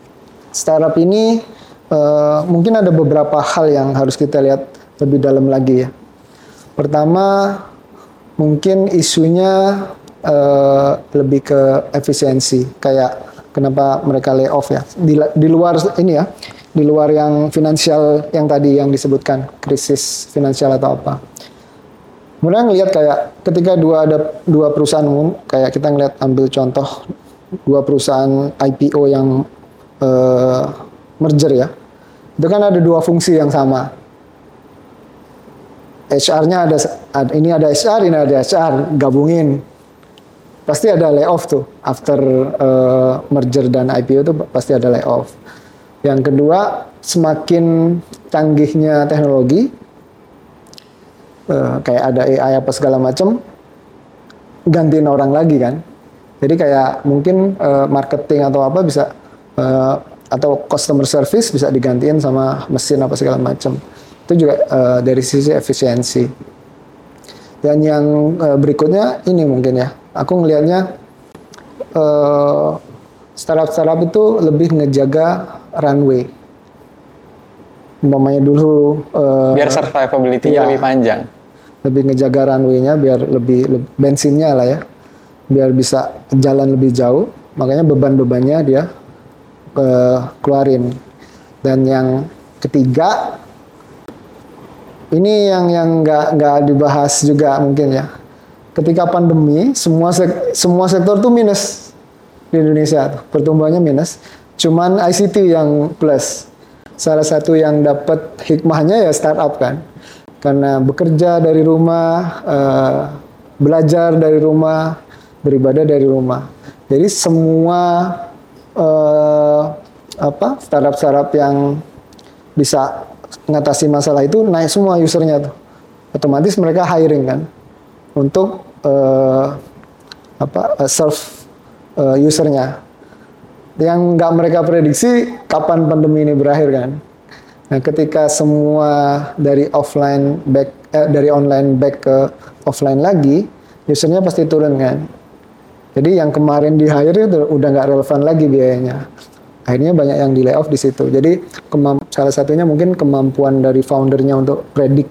mungkin ada beberapa hal yang harus kita lihat lebih dalam lagi ya. Pertama, mungkin isunya lebih ke efisiensi, kayak kenapa mereka layoff ya. Di luar ini ya, di luar yang finansial yang tadi yang disebutkan, krisis finansial atau apa. Kemudian ngelihat kayak ketika ada dua perusahaan umum, kayak kita ngelihat ambil contoh dua perusahaan IPO yang merger ya, itu kan ada dua fungsi yang sama. HR-nya ini ada HR, ini ada HR, gabungin. Pasti ada layoff tuh, after merger dan IPO itu pasti ada layoff. Yang kedua, semakin canggihnya teknologi, kayak ada AI apa segala macam, gantiin orang lagi kan. Jadi kayak mungkin marketing atau apa bisa, atau customer service bisa digantiin sama mesin apa segala macam. Itu juga dari sisi efisiensi. Dan yang berikutnya ini mungkin ya, aku ngelihatnya startup itu lebih ngejaga runway. Umpamanya dulu biar survivability-nya lebih panjang. Lebih ngejaga runway-nya biar lebih bensinnya lah ya, biar bisa jalan lebih jauh. Makanya beban-bebannya dia keluarin. Dan yang ketiga, ini yang nggak dibahas juga mungkin ya. Ketika pandemi, semua sektor tuh minus di Indonesia, pertumbuhannya minus. Cuman ICT yang plus. Salah satu yang dapat hikmahnya ya startup kan, karena bekerja dari rumah, belajar dari rumah, beribadah dari rumah. Jadi semua startup yang bisa ngatasi masalah itu naik semua usernya tuh. Otomatis mereka hiring kan untuk serve usernya. Yang nggak mereka prediksi kapan pandemi ini berakhir kan. Nah, ketika semua dari online back ke offline lagi, usernya pasti turun kan. Jadi yang kemarin di hire itu udah nggak relevan lagi biayanya. Akhirnya banyak yang di layoff di situ. Jadi salah satunya mungkin kemampuan dari foundernya untuk predik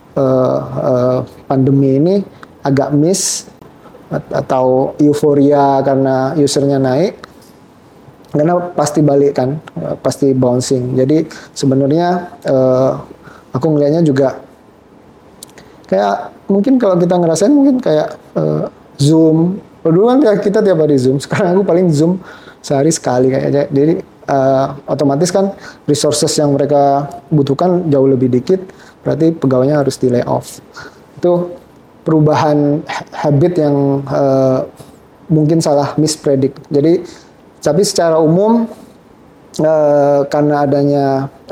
pandemi ini agak miss, atau euforia karena usernya naik, karena pasti balik kan, pasti bouncing. Jadi sebenarnya aku ngelihatnya juga kayak mungkin kalau kita ngerasain mungkin kayak Zoom. Dulu kan kita tiap hari Zoom, sekarang aku paling Zoom sehari sekali kayaknya. Jadi otomatis kan resources yang mereka butuhkan jauh lebih dikit, berarti pegawainya harus di layoff. Itu perubahan habit yang mungkin salah mispredict. Jadi tapi secara umum karena adanya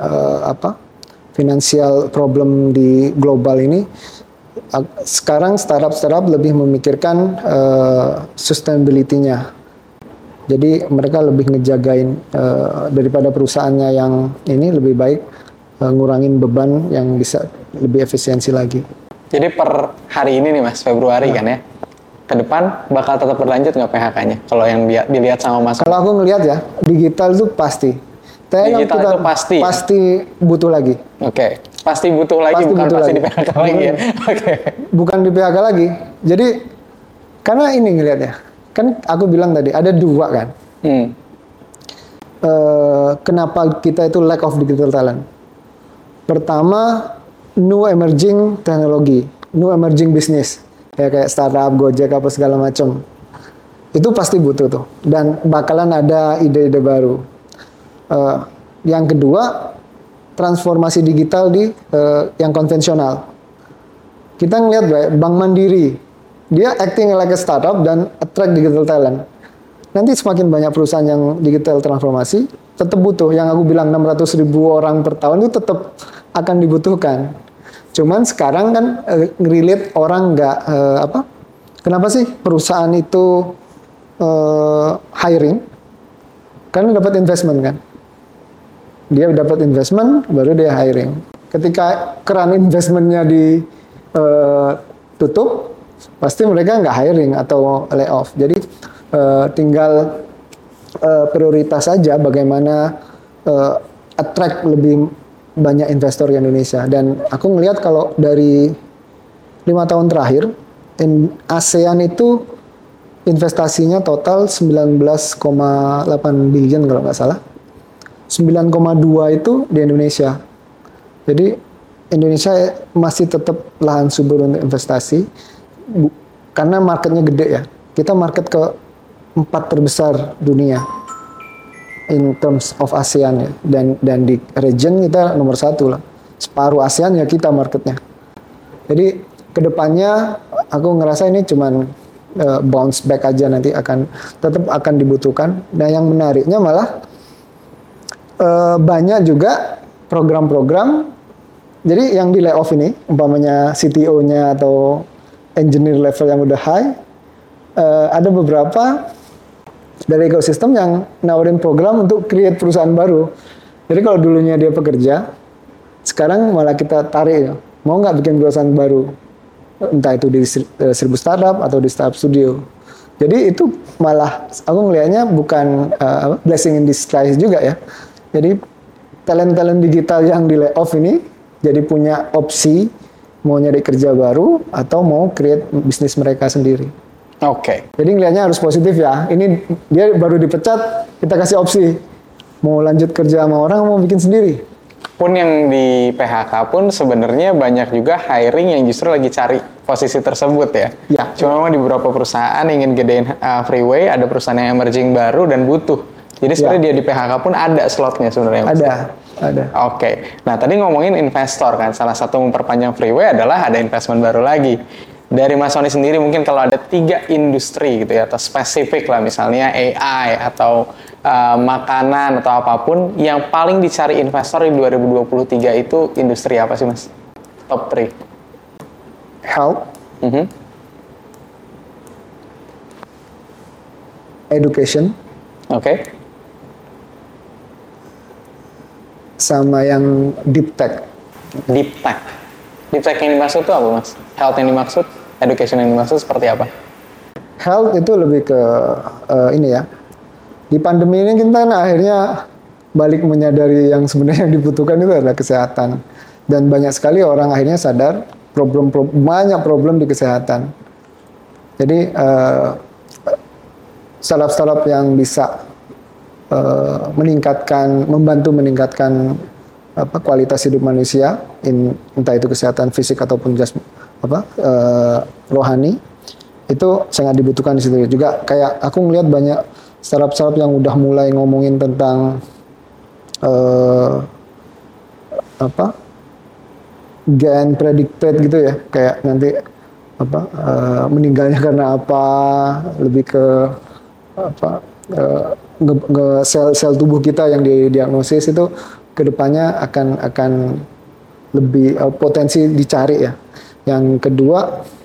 financial problem di global ini, sekarang startup lebih memikirkan sustainability-nya. Jadi mereka lebih ngejagain daripada perusahaannya yang ini lebih baik ngurangin beban yang bisa lebih efisiensi lagi. Jadi per hari ini nih Mas, Februari kan ya, ke depan bakal tetap berlanjut nggak PHK-nya? Kalau yang dilihat sama Mas? Kalau aku ngelihat ya, digital itu pasti. Digital itu pasti. Pasti butuh lagi. Oke. Pasti butuh lagi, bukan pasti di PHK lagi ya. Oke. Bukan di PHK lagi. Jadi karena ini ngelihatnya, kan aku bilang tadi ada dua kan. Kenapa kita itu lack of digital talent? Pertama, new emerging teknologi, new emerging business, ya kayak startup, Gojek apa segala macam. Itu pasti butuh tuh, dan bakalan ada ide-ide baru. Yang kedua, transformasi digital di yang konvensional. Kita ngelihat Bank Mandiri, dia acting like a startup dan attract digital talent. Nanti semakin banyak perusahaan yang digital transformasi, tetap butuh. Yang aku bilang 600.000 orang per tahun itu tetap akan dibutuhkan. Cuman sekarang kan relate orang nggak kenapa sih perusahaan itu hiring? Karena dapat investment kan. Dia dapat investment, baru dia hiring. Ketika keran investmentnya eh, tutup, pasti mereka nggak hiring atau layoff. Jadi tinggal prioritas saja bagaimana attract lebih banyak investor di Indonesia. Dan aku ngelihat kalau dari 5 tahun terakhir, ASEAN itu investasinya total 19,8 billion kalau nggak salah. 9,2 itu di Indonesia. Jadi Indonesia masih tetap lahan subur untuk investasi karena marketnya gede ya. Kita market keempat terbesar dunia in terms of ASEAN ya. Dan di region kita nomor 1 lah. Separuh ASEAN ya kita marketnya. Jadi kedepannya aku ngerasa ini cuman bounce back aja, nanti tetap akan dibutuhkan. Dan yang menariknya malah banyak juga program-program. Jadi yang di layoff ini umpamanya CTO-nya atau engineer level yang udah high, ada beberapa dari ekosistem yang nawarin program untuk create perusahaan baru. Jadi kalau dulunya dia pekerja, sekarang malah kita tarik ya, mau nggak bikin perusahaan baru, entah itu di 1000 startup atau di startup studio. Jadi itu malah aku ngelihatnya bukan blessing in disguise juga ya. Jadi talent-talent digital yang di layoff ini jadi punya opsi mau nyari kerja baru atau mau create bisnis mereka sendiri. Oke. Jadi ngelihatnya harus positif ya. Ini dia baru dipecat, kita kasih opsi. Mau lanjut kerja sama orang, mau bikin sendiri. Pun yang di PHK pun sebenarnya banyak juga hiring yang justru lagi cari posisi tersebut ya. Ya. Cuma memang di beberapa perusahaan ingin gedein Freeway, ada perusahaan yang emerging baru dan butuh. Jadi sebenarnya dia di PHK pun ada slotnya sebenarnya. Ada. Oke. Nah tadi ngomongin investor kan, salah satu memperpanjang Freeway adalah ada investment baru lagi. Dari Mas Sony sendiri mungkin kalau ada 3 industri gitu ya, atau spesifik lah misalnya AI atau makanan atau apapun yang paling dicari investor di 2023 itu industri apa sih Mas? Top 3. Health, education, Oke. sama yang deep tech. Deep tech. Deep tech yang dimaksud itu apa Mas? Health yang dimaksud, education yang dimaksud seperti apa? Health itu lebih ke ini ya. Di pandemi ini kita kan akhirnya balik menyadari yang sebenarnya yang dibutuhkan itu adalah kesehatan. Dan banyak sekali orang akhirnya sadar banyak problem di kesehatan. Jadi startup-startup yang bisa membantu meningkatkan kualitas hidup manusia, entah itu kesehatan fisik ataupun rohani, itu sangat dibutuhkan di situ. Juga kayak aku ngelihat banyak startup-startup yang udah mulai ngomongin tentang gen predicted gitu ya, kayak nanti meninggalnya karena apa, lebih ke sel tubuh kita yang didiagnosis itu kedepannya akan lebih potensi dicari ya. Yang kedua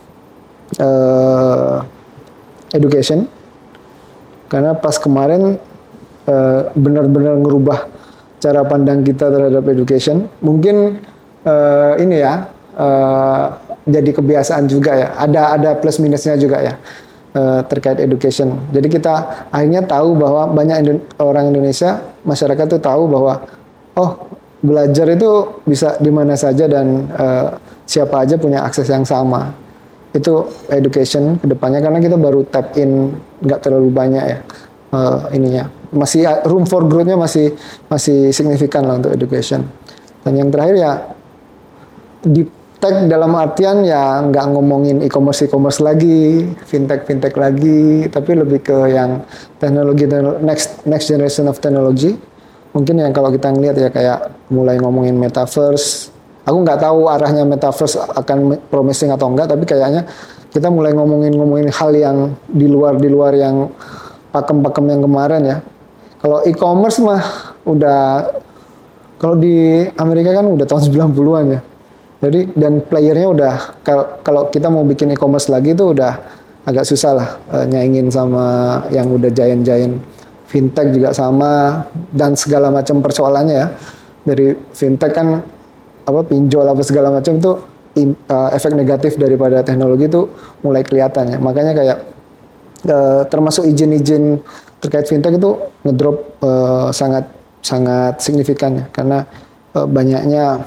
education, karena pas kemarin benar-benar ngerubah cara pandang kita terhadap education. Mungkin ini ya jadi kebiasaan juga ya. Ada plus minusnya juga ya terkait education. Jadi kita akhirnya tahu bahwa banyak orang Indonesia, masyarakat tuh tahu bahwa belajar itu bisa di mana saja dan siapa aja punya akses yang sama. Itu education kedepannya, karena kita baru tap in nggak terlalu banyak ya ininya. Masih room for growth-nya masih signifikan lah untuk education. Dan yang terakhir ya deep tech dalam artian ya nggak ngomongin e-commerce lagi, fintech lagi, tapi lebih ke yang teknologi next generation of technology. Mungkin yang kalau kita ngelihat ya kayak mulai ngomongin metaverse. Aku nggak tahu arahnya metaverse akan promising atau enggak, tapi kayaknya kita mulai ngomongin hal yang di luar yang pakem yang kemarin ya. Kalau e-commerce mah udah, kalau di Amerika kan udah tahun 90-an ya. Jadi dan playernya udah, kalau kita mau bikin e-commerce lagi itu udah agak susah lah nyaingin sama yang udah giant. Fintech juga sama dan segala macam persoalannya ya. Dari fintech kan pinjol apa segala macam itu efek negatif daripada teknologi itu mulai kelihatan ya. Makanya kayak termasuk izin-izin terkait fintech itu ngedrop sangat sangat signifikan ya, karena banyaknya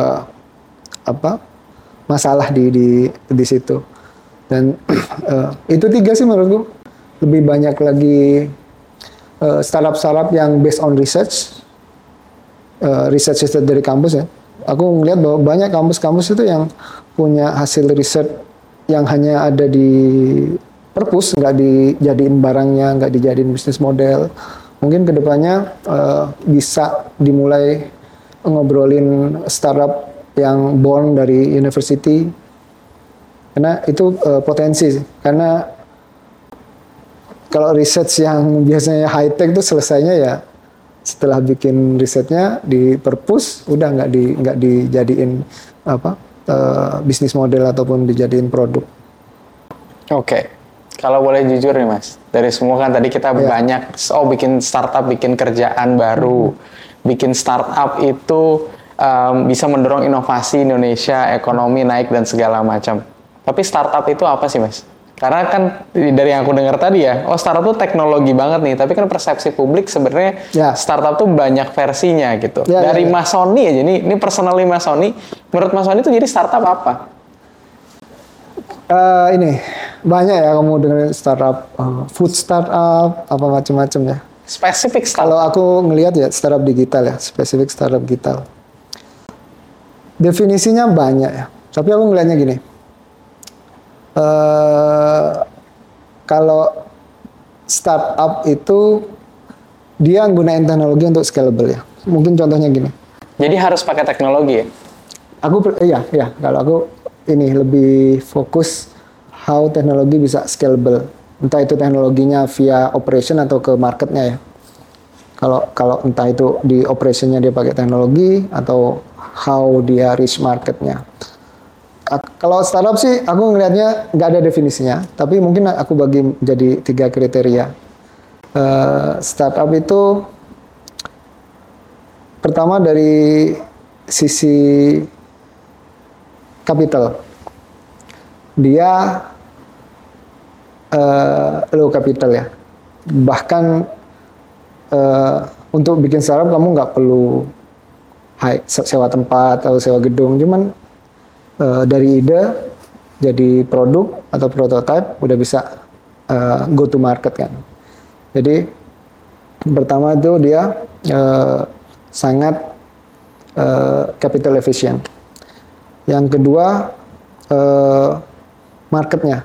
masalah di situ. Dan itu 3 sih menurutku. Lebih banyak lagi startup-startup yang based on research dari kampus ya. Aku ngeliat bahwa banyak kampus-kampus itu yang punya hasil riset yang hanya ada di perpus, nggak dijadiin barangnya, nggak dijadiin bisnis model. Mungkin kedepannya bisa dimulai ngobrolin startup yang born dari university, karena itu potensi sih. Karena kalau research yang biasanya high tech itu selesainya ya setelah bikin risetnya di perpus, udah nggak dijadiin bisnis model ataupun dijadiin produk. Oke. Kalau boleh jujur nih Mas, dari semua kan tadi kita banyak, bikin startup, bikin kerjaan baru, bikin startup itu bisa mendorong inovasi Indonesia, ekonomi naik dan segala macam. Tapi startup itu apa sih Mas? Karena kan dari yang aku dengar tadi ya, startup itu teknologi banget nih, tapi kan persepsi publik sebenarnya startup tuh banyak versinya gitu. Dari Mas Sony aja, ini personally Mas Sony, menurut Mas Sony itu jadi startup apa? Ini banyak ya kamu dengerin startup, food startup, apa macam-macam ya. Spesifik startup. Kalau aku ngelihat ya startup digital ya, spesifik startup digital. Definisinya banyak ya, tapi aku ngelihatnya gini. Kalau startup itu dia gunain teknologi untuk scalable ya. Mungkin contohnya gini. Jadi harus pakai teknologi ya? Kalau aku ini lebih fokus how teknologi bisa scalable. Entah itu teknologinya via operation atau ke marketnya ya. Kalau entah itu di operationnya dia pakai teknologi atau how dia reach marketnya. Kalau startup sih aku ngelihatnya nggak ada definisinya, tapi mungkin aku bagi jadi 3 kriteria. Startup itu pertama dari sisi capital, dia low capital ya. Bahkan untuk bikin startup kamu nggak perlu sewa tempat atau sewa gedung, cuman dari ide jadi produk atau prototype udah bisa go to market kan. Jadi pertama itu dia sangat capital efficient. Yang kedua marketnya.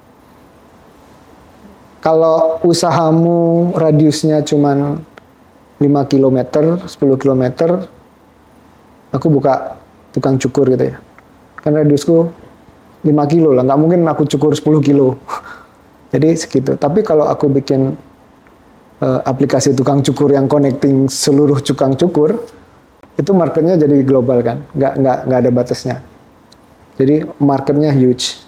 Kalau usahamu radiusnya cuman 5 km, 10 km, aku buka tukang cukur gitu ya. Kan radiusku 5 kilo lah, nggak mungkin aku cukur 10 kilo. Jadi segitu. Tapi kalau aku bikin aplikasi tukang cukur yang connecting seluruh tukang cukur, itu marketnya jadi global kan, nggak ada batasnya. Jadi marketnya huge.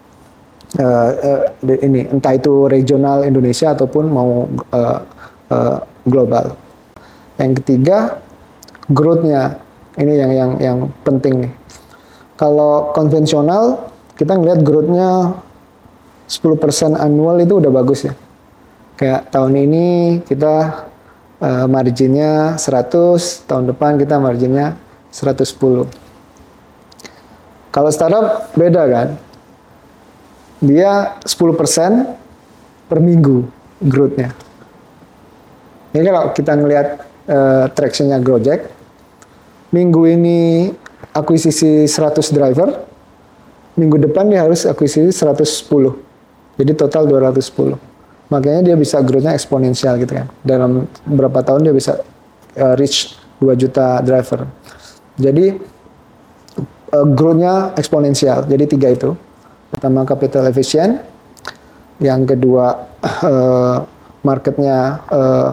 Ini entah itu regional Indonesia ataupun mau global. Yang ketiga, growth-nya ini yang penting nih. Kalau konvensional kita ngelihat growth-nya 10% annual itu udah bagus ya. Kayak tahun ini kita marginnya 100, tahun depan kita marginnya 110. Kalau startup beda kan. Dia 10% per minggu growth-nya. Ini kalau kita ngelihat traction-nya Gojek, minggu ini akuisisi 100 driver, minggu depan dia harus akuisisi 110. Jadi total 210. Makanya dia bisa growth-nya eksponensial gitu kan. Dalam berapa tahun dia bisa reach 2 juta driver. Jadi growth-nya eksponensial. Jadi 3 itu. Pertama capital efficient, yang kedua marketnya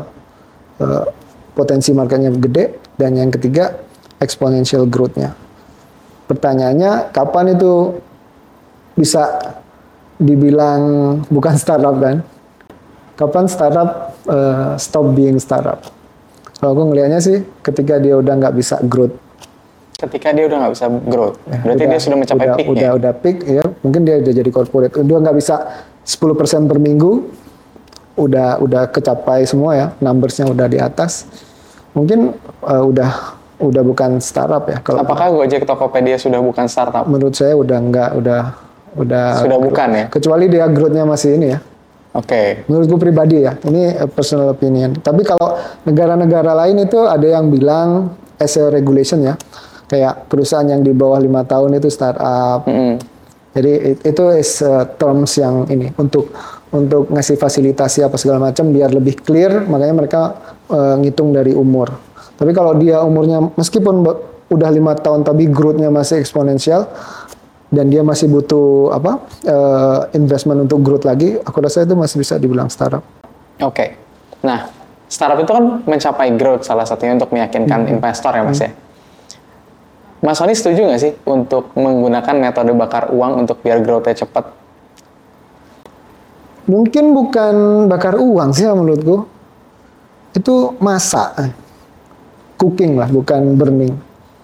potensi marketnya gede, dan yang ketiga exponential growth-nya. Pertanyaannya kapan itu bisa dibilang bukan startup kan? Kapan startup stop being startup? Kalau aku ngelihatnya sih ketika dia udah nggak bisa growth Ketika dia udah nggak bisa growth, berarti dia sudah mencapai peak-nya. Udah peak, ya. Mungkin dia udah jadi corporate. Udah nggak bisa 10% per minggu, udah kecapai semua ya, numbersnya udah di atas. Mungkin udah bukan startup ya. Apakah Gojek Tokopedia sudah bukan startup? Menurut saya udah sudah bukan ya. Kecuali dia growth-nya masih ini ya. Oke. Menurutku pribadi ya, ini personal opinion. Tapi kalau negara-negara lain itu ada yang bilang as a regulation ya, kayak perusahaan yang di bawah 5 tahun itu startup. Jadi itu is terms yang ini untuk ngasih fasilitasi apa segala macam biar lebih clear, makanya mereka ngitung dari umur. Tapi kalau dia umurnya meskipun udah 5 tahun tapi growth-nya masih eksponensial dan dia masih butuh investment untuk growth lagi, aku rasa itu masih bisa dibilang startup. Oke. Nah, startup itu kan mencapai growth salah satunya untuk meyakinkan investor ya Mas ya. Mas Sony setuju nggak sih untuk menggunakan metode bakar uang untuk biar growth-nya cepat? Mungkin bukan bakar uang sih menurutku. Itu masak. Cooking lah, bukan burning.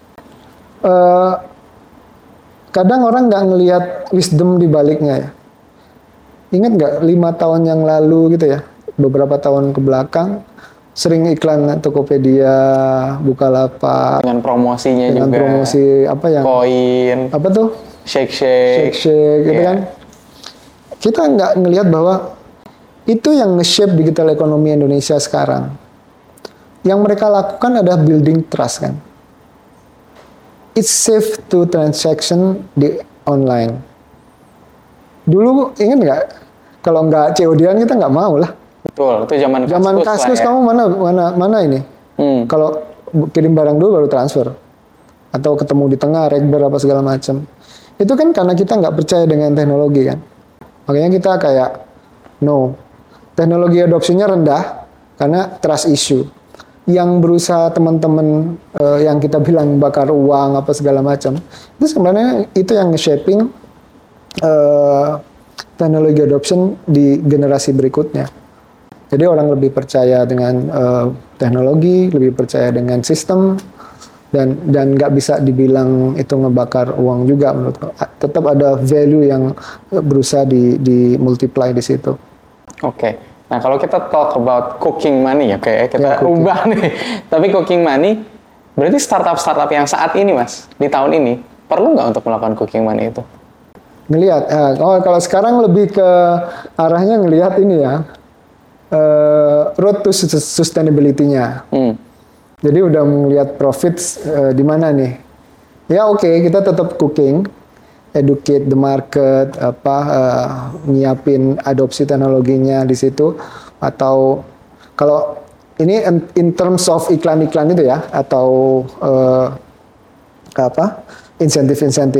Kadang orang nggak ngelihat wisdom di baliknya ya. Ingat nggak 5 tahun yang lalu gitu ya, beberapa tahun ke belakang, sering iklan Tokopedia, Bukalapak. Dengan promosinya dengan juga. Promosi apa yang? Koin. Apa tuh? Shake gitu kan. Kita nggak ngelihat bahwa itu yang nge-shape digital ekonomi Indonesia sekarang. Yang mereka lakukan adalah building trust kan. It's safe to transaction di online. Dulu ingat nggak? Kalau nggak COD-an kita nggak mau lah. Betul, itu zaman Kaskus ya. Kamu mana ini? Kalau kirim barang dulu baru transfer. Atau ketemu di tengah, rekber apa segala macam. Itu kan karena kita nggak percaya dengan teknologi kan. Makanya kita kayak, no. Teknologi adopsinya rendah karena trust issue. Yang berusaha teman-teman yang kita bilang bakar uang apa segala macam, itu sebenarnya itu yang nge-shaping teknologi adoption di generasi berikutnya. Jadi orang lebih percaya dengan teknologi, lebih percaya dengan sistem, dan nggak bisa dibilang itu ngebakar uang juga menurutku. Tetap ada value yang berusaha di multiply di situ. Oke. Nah, kalau kita talk about cooking money, kita ubah nih. Tapi cooking money, berarti startup-startup yang saat ini, Mas, di tahun ini, perlu nggak untuk melakukan cooking money itu? Ngelihat, kalau sekarang lebih ke arahnya ngelihat ini ya, road to sustainability-nya. Jadi udah melihat profits di mana nih. Ya oke, kita tetap cooking, educate the market, nyiapin adopsi teknologinya di situ, atau kalau ini in terms of iklan-iklan itu ya, atau insentif-insentif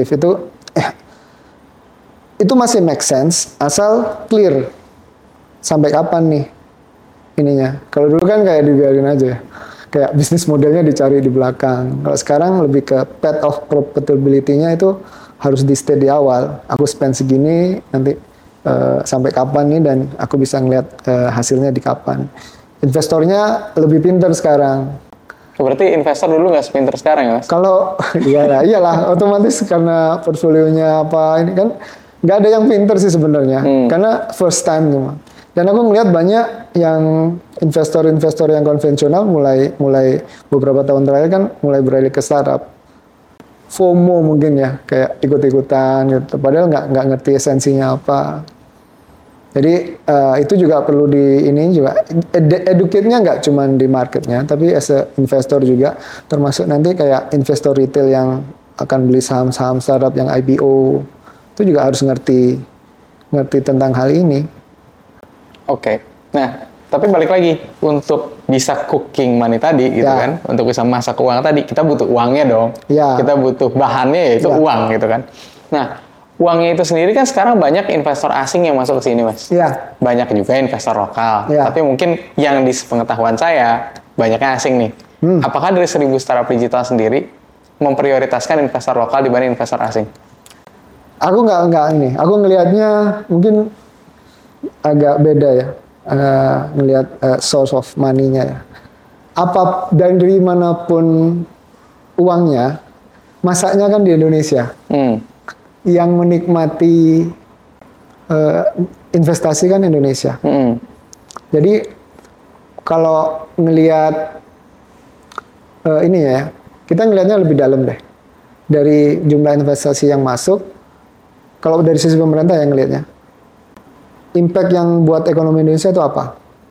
itu masih make sense asal clear sampai kapan nih ininya. Kalau dulu kan kayak dibiarin aja ya. Kayak bisnis modelnya dicari di belakang. Kalau sekarang lebih ke path of profitability-nya itu harus di stay di awal. Aku spend segini, nanti sampai kapan nih, dan aku bisa ngeliat hasilnya di kapan. Investornya lebih pintar sekarang. Berarti investor dulu nggak sepintar sekarang ya, Mas? Kalau iyalah, otomatis karena portfolionya ini kan nggak ada yang pintar sih sebenarnya. Karena first time cuma. Dan aku ngeliat banyak yang investor-investor yang konvensional mulai beberapa tahun terakhir kan mulai beralih ke startup. FOMO mungkin ya, kayak ikut-ikutan gitu. Padahal nggak ngerti esensinya apa. Jadi itu juga perlu educate-nya nggak cuma di marketnya, tapi as a investor juga, termasuk nanti kayak investor retail yang akan beli saham-saham startup yang IPO, itu juga harus ngerti tentang hal ini. Oke. Nah, tapi balik lagi, untuk bisa cooking money tadi gitu kan, untuk bisa masak uang tadi, kita butuh uangnya dong. Kita butuh bahannya, yaitu uang gitu kan. Nah, uangnya itu sendiri kan sekarang banyak investor asing yang masuk ke sini, Mas. Banyak juga investor lokal. Tapi mungkin yang di sepengetahuan saya, banyaknya asing nih. Apakah dari 1000 startup digital sendiri memprioritaskan investor lokal dibanding investor asing? Aku nggak ini. Aku ngelihatnya mungkin agak beda ya. Ngelihat source of money-nya ya. Dari manapun uangnya, masaknya kan di Indonesia. Yang menikmati investasi kan Indonesia. Jadi kalau ngelihat ini ya, kita ngelihatnya lebih dalam deh. Dari jumlah investasi yang masuk, kalau dari sisi pemerintah yang ngelihatnya, impact yang buat ekonomi Indonesia itu apa?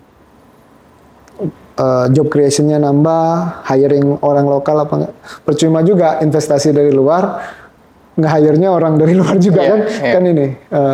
Job creation-nya nambah, hiring orang lokal apa enggak? Percuma juga investasi dari luar, nge-hire-nya orang dari luar juga kan ini.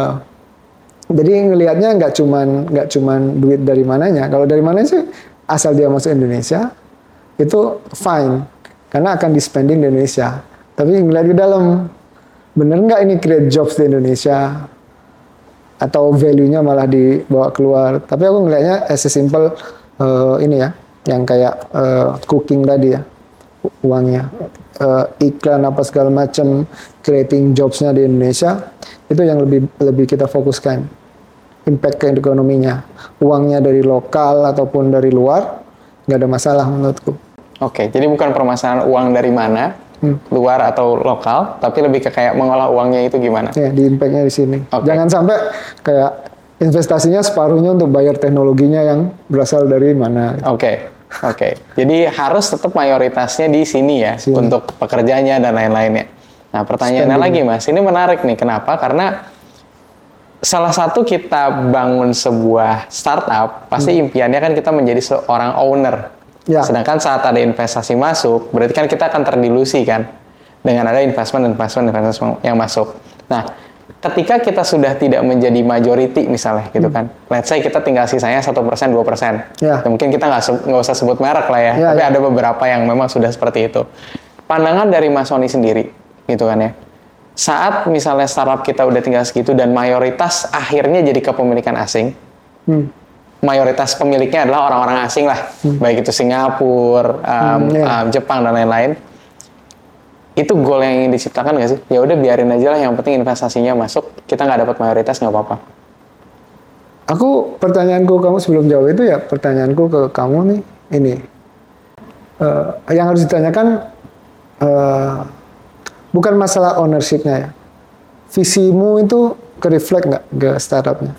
Jadi ngelihatnya nggak cuman duit dari mananya. Kalau dari mana sih, asal dia masuk Indonesia itu fine, karena akan di spending di Indonesia. Tapi ngelihat di dalam, bener nggak ini create jobs di Indonesia atau value-nya malah dibawa keluar. Tapi aku ngelihatnya as a simple ini ya, yang kayak cooking tadi ya, uangnya iklan apa segala macam, creating jobs-nya di Indonesia, itu yang lebih kita fokuskan, impact ke ekonominya. Uangnya dari lokal ataupun dari luar nggak ada masalah menurutku. Oke, jadi bukan permasalahan uang dari mana, luar atau lokal, tapi lebih ke kayak mengolah uangnya itu gimana? Ya, di impact-nya di sini. Jangan sampai kayak investasinya separuhnya untuk bayar teknologinya yang berasal dari mana. Oke. Jadi harus tetap mayoritasnya di sini ya, untuk pekerjanya dan lain-lainnya. Nah, pertanyaannya lagi Mas, ini menarik nih. Kenapa? Karena salah satu kita bangun sebuah startup, pasti impiannya kan kita menjadi seorang owner. Ya. Sedangkan saat ada investasi masuk, berarti kan kita akan terdilusi kan dengan ada investment yang masuk. Nah, ketika kita sudah tidak menjadi majority misalnya gitu kan, let's say kita tinggal sisanya 1%, 2%. Ya. Mungkin kita nggak usah sebut merek lah ya, tapi ada beberapa yang memang sudah seperti itu. Pandangan dari Mas Sony sendiri, gitu kan ya. Saat misalnya startup kita udah tinggal segitu dan mayoritas akhirnya jadi kepemilikan asing, mayoritas pemiliknya adalah orang-orang asing lah, baik itu Singapura, Jepang dan lain-lain. Itu goal yang ingin diciptakan nggak sih? Ya udah biarin aja lah, yang penting investasinya masuk, kita nggak dapat mayoritas nggak apa-apa. Pertanyaanku kamu sebelum jawab itu ya, pertanyaanku ke kamu nih ini, yang harus ditanyakan bukan masalah ownership-nya ya, visimu itu ke-reflect nggak ke startupnya?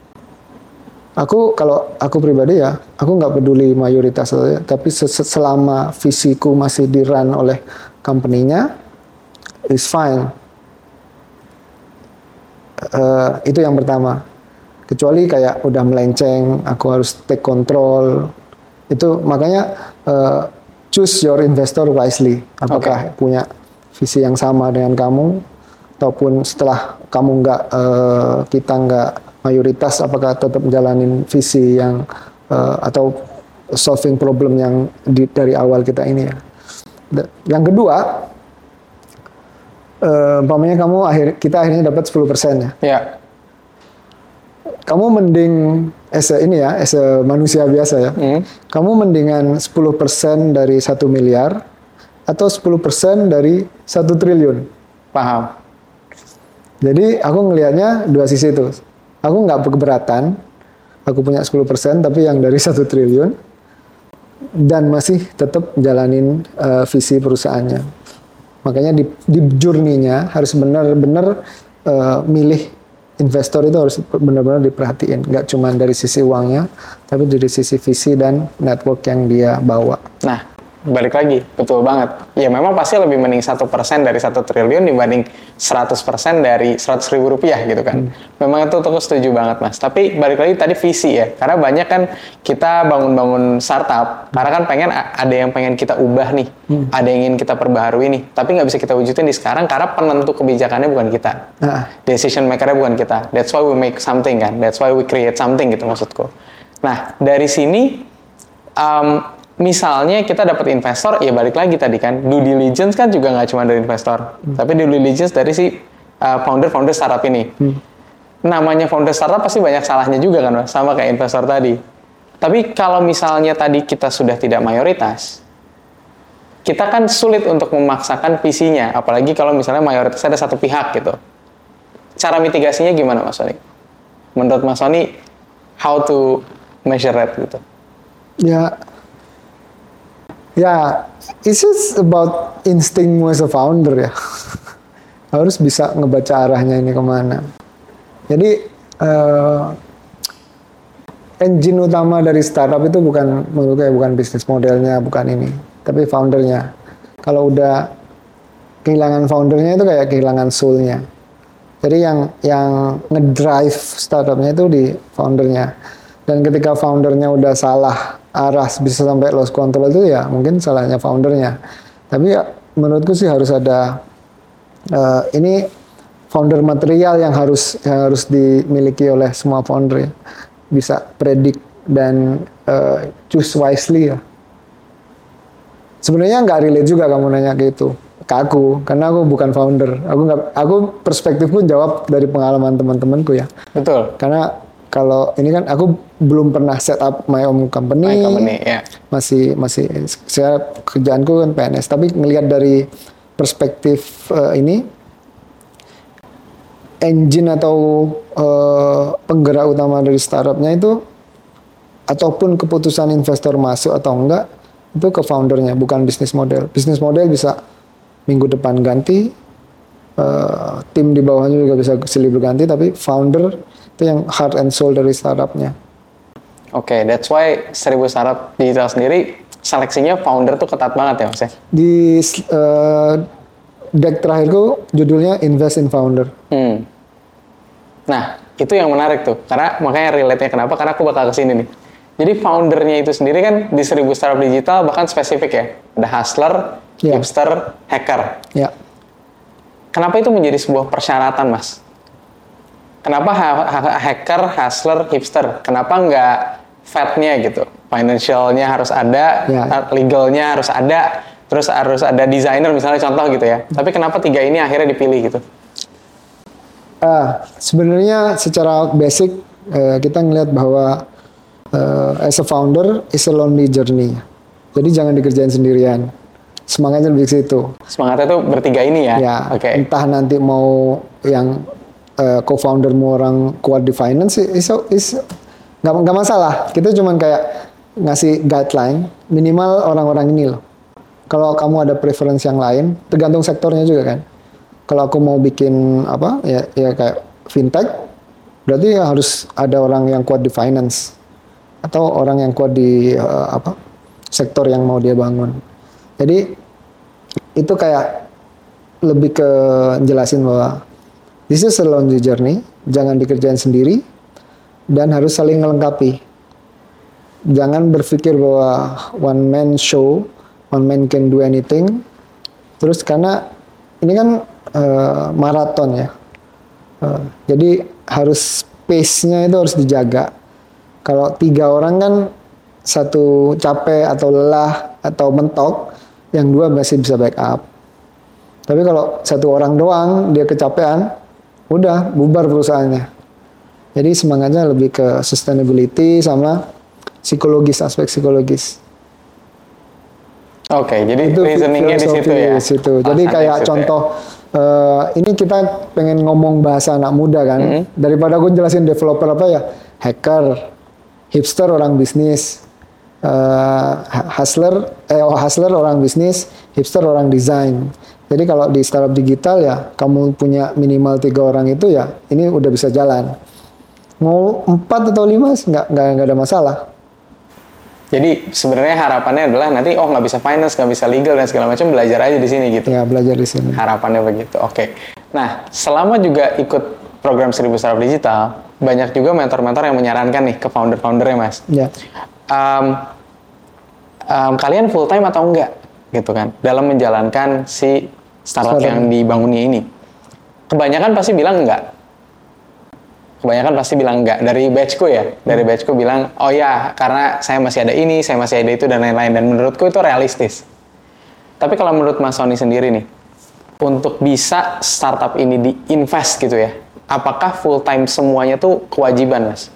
Kalau aku pribadi ya, aku nggak peduli mayoritas saja, tapi selama visiku masih di-run oleh company-nya, is fine. Itu yang pertama. Kecuali kayak udah melenceng, aku harus take control. Itu makanya choose your investor wisely. Apakah punya visi yang sama dengan kamu, ataupun setelah kamu kita nggak mayoritas, apakah tetap jalanin visi yang atau solving problem yang dari awal kita ini ya. Yang kedua, umpamanya kita akhirnya dapat 10% ya. Ya. Kamu mending as a manusia biasa ya. Kamu mendingan 10% dari 1 miliar atau 10% dari 1 triliun. Paham. Jadi aku ngelihatnya dua sisi itu. Aku nggak keberatan, aku punya 10% tapi yang dari 1 triliun dan masih tetap jalanin visi perusahaannya. Makanya di journey-nya harus benar-benar milih investor itu harus benar-benar diperhatiin. Nggak cuma dari sisi uangnya, tapi dari sisi visi dan network yang dia bawa. Nah, balik lagi, betul banget. Ya memang pasti lebih mending 1% dari 1 triliun dibanding 100% dari 100 ribu rupiah gitu kan. Memang itu aku setuju banget Mas. Tapi balik lagi tadi visi ya. Karena banyak kan kita bangun-bangun startup, karena kan ada yang pengen kita ubah nih. Ada yang ingin kita perbaharui nih. Tapi nggak bisa kita wujudin di sekarang karena penentu kebijakannya bukan kita. Decision maker-nya bukan kita. That's why we make something kan. That's why we create something gitu maksudku. Nah, dari sini misalnya kita dapat investor, ya balik lagi tadi kan, due diligence kan juga nggak cuma dari investor, tapi due diligence dari si founder startup ini. Namanya founder startup pasti banyak salahnya juga kan, sama kayak investor tadi. Tapi kalau misalnya tadi kita sudah tidak mayoritas, kita kan sulit untuk memaksakan visinya, apalagi kalau misalnya mayoritas ada satu pihak gitu. Cara mitigasinya gimana Mas Sony? Menurut Mas Sony, how to measure that gitu? Ya Ya, it's just about instingmu as a founder ya. Harus bisa ngebaca arahnya ini kemana. Jadi engine utama dari startup itu bukan menurut saya bukan bisnis modelnya, bukan ini, tapi foundernya. Kalau udah kehilangan foundernya itu kayak kehilangan soulnya. Jadi yang ngedrive startupnya itu di foundernya. Dan ketika foundernya udah salah arah bisa sampai lost control itu ya mungkin salahnya foundernya. Tapi ya, menurutku sih harus ada ini founder material yang harus dimiliki oleh semua founder ya. Bisa predict dan choose wisely ya. Sebenarnya nggak relate juga kamu nanya gitu ke aku, karena aku bukan founder. Aku perspektifku jawab dari pengalaman teman-temanku ya. Betul. Karena kalau ini kan aku belum pernah set up my own company. My company, ya. Masih saya kerjaanku kan PNS, tapi ngelihat dari perspektif ini engine atau penggerak utama dari startupnya itu ataupun keputusan investor masuk atau enggak itu ke foundernya, bukan bisnis model. Bisnis model bisa minggu depan ganti, tim di bawahnya juga bisa silih berganti, tapi founder itu yang heart and soul dari startupnya. Oke, that's why 1000 Startup Digital sendiri seleksinya founder tuh ketat banget ya Mas ya? Di deck terakhirku judulnya Invest in Founder. Nah, itu yang menarik tuh. Karena makanya relate-nya kenapa? Karena aku bakal kesini nih. Jadi foundernya itu sendiri kan di 1000 Startup Digital bahkan spesifik ya. Ada hustler, hipster, hacker. Ya. Kenapa itu menjadi sebuah persyaratan, Mas? Kenapa hacker, hustler, hipster? Kenapa nggak fatnya gitu? Financialnya harus ada, legalnya harus ada, terus harus ada desainer misalnya contoh gitu ya. Tapi kenapa 3 ini akhirnya dipilih gitu? Sebenarnya secara basic kita ngelihat bahwa as a founder is a lonely journey. Jadi jangan dikerjain sendirian. Semangatnya lebih ke situ. Semangatnya tuh bertiga ini ya? Ya, okay. Entah nanti mau yang co-foundermu orang kuat di finance, nggak masalah. Kita cuman kayak ngasih guideline, minimal orang-orang ini loh. Kalau kamu ada preference yang lain, tergantung sektornya juga kan. Kalau aku mau bikin apa, ya kayak fintech, berarti harus ada orang yang kuat di finance. Atau orang yang kuat di sektor yang mau dia bangun. Jadi itu kayak lebih ke jelasin bahwa this is a lonely journey, jangan dikerjain sendiri dan harus saling melengkapi. Jangan berpikir bahwa one man show, one man can do anything. Terus karena ini kan maraton ya. Jadi harus pace-nya itu harus dijaga. Kalau 3 orang kan satu capek atau lelah atau mentok, yang 2 masih bisa backup. Tapi kalau 1 orang doang dia kecapean, udah bubar perusahaannya. Jadi semangatnya lebih ke sustainability sama aspek psikologis. Oke, jadi itu reasoningnya di situ ya. Jadi kayak contoh ini kita pengen ngomong bahasa anak muda kan, daripada gue jelasin developer apa ya, hacker, hipster orang bisnis, hustler orang bisnis, hipster orang desain. Jadi kalau di startup digital ya kamu punya minimal 3 orang itu ya ini udah bisa jalan. Mau 4 atau 5 nggak ada masalah. Jadi sebenarnya harapannya adalah nanti nggak bisa finance, nggak bisa legal dan segala macam, belajar aja di sini gitu. Ya belajar di sini. Harapannya begitu. Oke. Nah selama juga ikut program 1000 Startup Digital, banyak juga mentor-mentor yang menyarankan nih ke founder-foundernya Mas. Ya. Kalian full time atau enggak gitu kan dalam menjalankan si startup yang dibangunnya ini? Kebanyakan pasti bilang enggak. Dari batchku ya. Dari batchku bilang, oh ya karena saya masih ada ini, saya masih ada itu dan lain-lain. Dan menurutku itu realistis. Tapi kalau menurut Mas Sony sendiri nih, untuk bisa startup ini di-invest gitu ya, apakah full time semuanya tuh kewajiban Mas?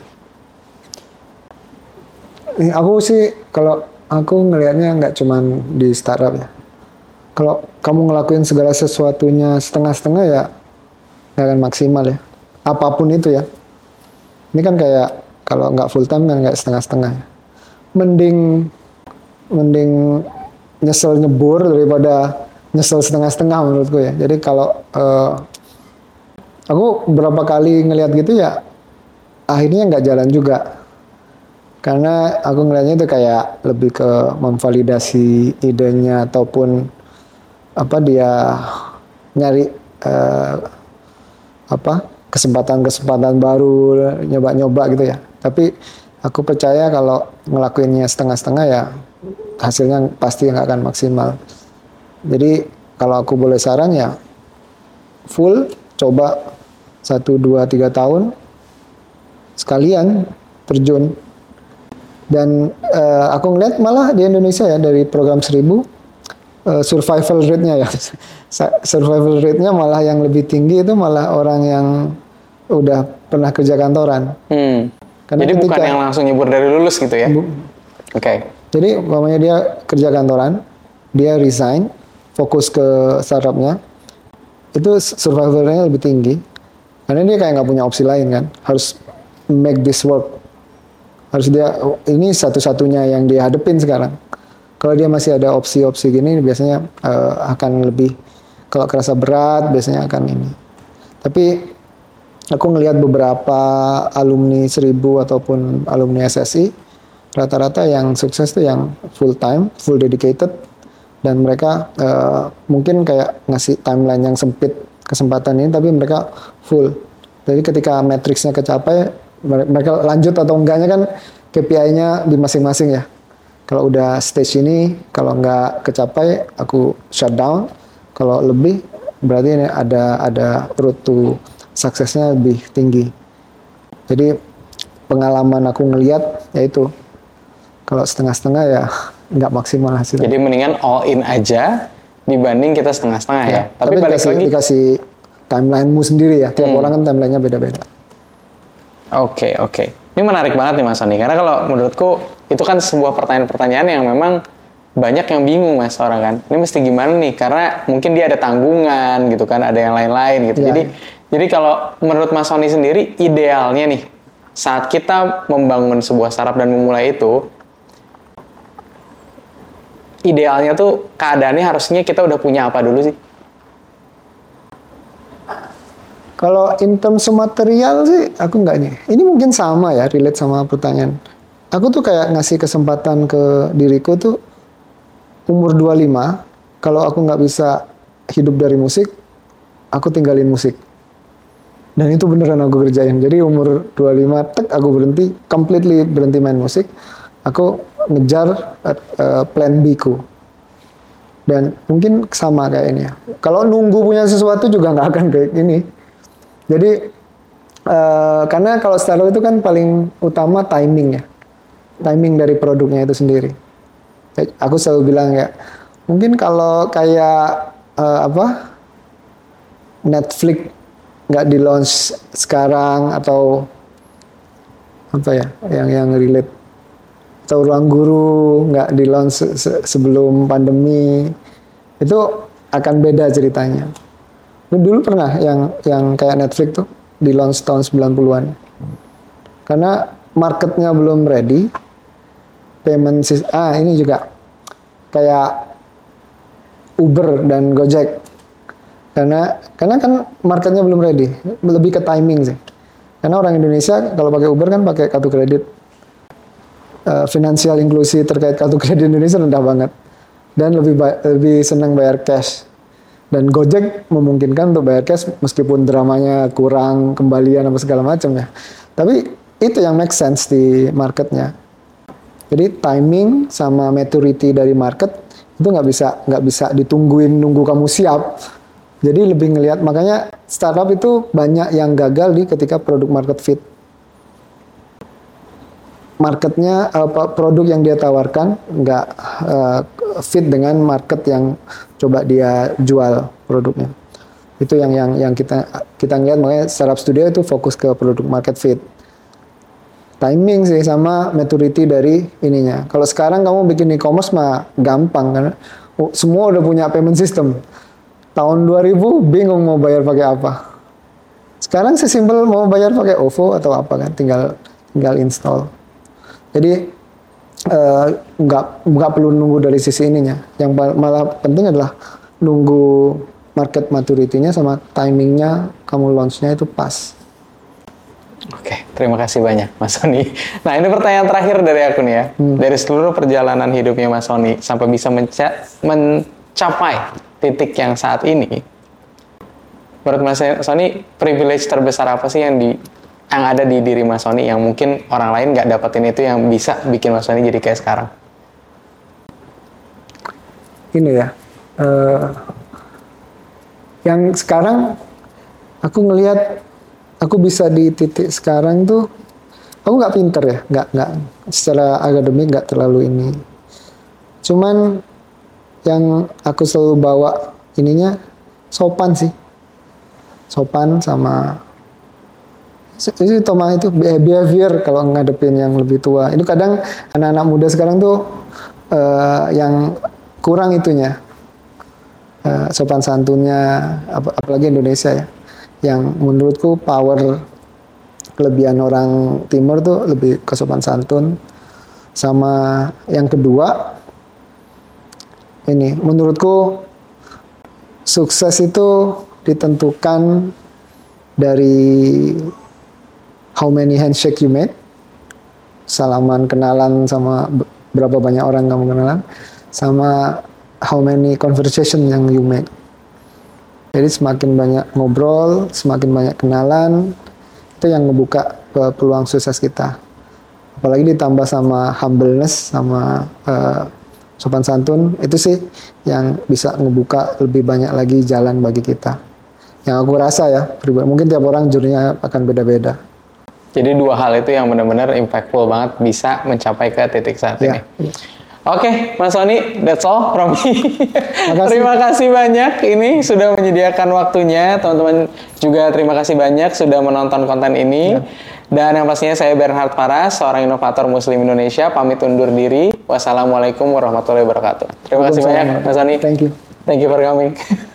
Aku sih kalau aku ngelihatnya nggak cuman di startup ya. Kalau kamu ngelakuin segala sesuatunya setengah-setengah ya nggak akan maksimal ya. Apapun itu ya. Ini kan kayak kalau nggak full time kan nggak setengah-setengah ya. Mending nyesel nyebur daripada nyesel setengah-setengah menurutku ya. Jadi kalau aku berapa kali ngelihat gitu ya, akhirnya nggak jalan juga. Karena aku ngelihatnya itu kayak lebih ke memvalidasi idenya ataupun apa dia nyari kesempatan-kesempatan baru, nyoba-nyoba gitu ya. Tapi aku percaya kalau ngelakuinnya setengah-setengah ya hasilnya pasti nggak akan maksimal. Jadi kalau aku boleh saran ya full coba 1, 2, 3 tahun sekalian terjun. Dan aku ngeliat malah di Indonesia ya dari program 1000 survival rate-nya ya survival rate-nya malah yang lebih tinggi itu malah orang yang udah pernah kerja kantoran. Karena jadi bukan yang langsung nyebur dari lulus gitu ya? Oke. Jadi umpamanya dia kerja kantoran, dia resign, fokus ke startupnya, itu survival rate-nya lebih tinggi. Karena dia kayak nggak punya opsi lain kan, harus make this work. Harus dia, ini satu-satunya yang dia hadepin sekarang. Kalau dia masih ada opsi-opsi gini, biasanya akan lebih, kalau kerasa berat, biasanya akan ini. Tapi aku ngelihat beberapa alumni 1000 ataupun alumni SSI, rata-rata yang sukses tuh yang full time, full dedicated, dan mereka mungkin kayak ngasih timeline yang sempit kesempatan ini, tapi mereka full. Jadi ketika matriksnya kecapai, mereka lanjut atau enggaknya kan KPI-nya di masing-masing ya. Kalau udah stage ini, kalau nggak kecapai, aku shutdown. Kalau lebih, berarti ini ada road to suksesnya lebih tinggi. Jadi pengalaman aku ngelihat yaitu kalau setengah-setengah ya nggak maksimal hasilnya. Jadi mendingan all in aja dibanding kita setengah-setengah ya. Tapi balik lagi dikasih timeline-mu sendiri ya. Tiap orang kan timeline-nya beda-beda. Oke. Ini menarik banget nih Mas Sony. Karena kalau menurutku itu kan sebuah pertanyaan-pertanyaan yang memang banyak yang bingung Mas orang kan. Ini mesti gimana nih? Karena mungkin dia ada tanggungan gitu kan, ada yang lain-lain gitu. Ya. Jadi kalau menurut Mas Sony sendiri idealnya nih saat kita membangun sebuah startup dan memulai itu, idealnya tuh keadaannya harusnya kita udah punya apa dulu sih? Kalau in terms of material sih, aku nggak nih. Ini mungkin sama ya, relate sama pertanyaan. Aku tuh kayak ngasih kesempatan ke diriku tuh umur 25, kalau aku nggak bisa hidup dari musik, aku tinggalin musik. Dan itu beneran aku kerjain. Jadi umur 25, aku berhenti, completely berhenti main musik. Aku ngejar plan B ku. Dan mungkin sama kayak ini ya. Kalau nunggu punya sesuatu juga nggak akan kayak gini. Jadi karena kalau startup itu kan paling utama timing ya, timing dari produknya itu sendiri. Aku selalu bilang ya, mungkin kalau kayak Netflix nggak di launch sekarang atau apa ya, yang relate, atau Ruang Guru nggak di launch sebelum pandemi, itu akan beda ceritanya. Dulu pernah yang kayak Netflix tuh di launch tahun 90-an. Karena marketnya belum ready. Ini juga kayak Uber dan Gojek. Karena kan marketnya belum ready. Lebih ke timing sih. Karena orang Indonesia kalau pakai Uber kan pakai kartu kredit. Finansial inklusi terkait kartu kredit Indonesia rendah banget. Dan lebih senang bayar cash. Dan Gojek memungkinkan untuk bayar cash meskipun dramanya kurang, kembalian apa segala macam ya. Tapi itu yang make sense di marketnya. Jadi timing sama maturity dari market itu nggak bisa nunggu kamu siap. Jadi lebih ngelihat, makanya startup itu banyak yang gagal di ketika produk market fit. Marketnya produk yang dia tawarkan nggak fit dengan market yang coba dia jual produknya. Itu yang kita ngeliat, makanya startup studio itu fokus ke produk market fit. Timing sih sama maturity dari ininya. Kalau sekarang kamu bikin e-commerce mah gampang kan, semua udah punya payment system. Tahun 2000 bingung mau bayar pakai apa. Sekarang sesimpel mau bayar pakai OVO atau apa kan, tinggal install. Jadi nggak perlu nunggu dari sisi ininya. Yang malah penting adalah nunggu market maturity-nya sama timingnya kamu launch-nya itu pas. Oke, terima kasih banyak Mas Sony. Nah, ini pertanyaan terakhir dari aku nih ya. Dari seluruh perjalanan hidupnya Mas Sony sampai bisa mencapai titik yang saat ini, menurut Mas Sony, privilege terbesar apa sih yang ada di diri Mas Sony yang mungkin orang lain nggak dapetin itu yang bisa bikin Mas Sony jadi kayak sekarang? Ini ya, yang sekarang aku ngelihat aku bisa di titik sekarang tuh, aku nggak pinter ya, nggak secara akademik nggak terlalu ini. Cuman yang aku selalu bawa ininya sopan sih, sopan sama itu Toma itu behavior kalau ngadepin yang lebih tua. Itu kadang anak-anak muda sekarang tuh yang kurang itunya, sopan santunnya, apalagi Indonesia ya. Yang menurutku power kelebihan orang timur tuh lebih ke sopan santun. Sama yang kedua, ini menurutku sukses itu ditentukan dari how many handshake you made, salaman kenalan sama berapa banyak orang kamu kenalan, sama how many conversation yang you make. Jadi semakin banyak ngobrol, semakin banyak kenalan, itu yang ngebuka peluang sukses kita. Apalagi ditambah sama humbleness, sama sopan santun, itu sih yang bisa ngebuka lebih banyak lagi jalan bagi kita. Yang aku rasa ya, mungkin tiap orang journey-nya akan beda-beda. Jadi dua hal itu yang benar-benar impactful banget bisa mencapai ke titik saat ini. Oke, Mas Sony, that's all from me. Terima kasih banyak ini sudah menyediakan waktunya. Teman-teman juga terima kasih banyak sudah menonton konten ini. Dan yang pastinya saya Bernhard Paras, seorang inovator Muslim Indonesia, pamit undur diri. Wassalamualaikum warahmatullahi wabarakatuh. Terima kasih banyak, Mas Sony. Thank you. Thank you for coming.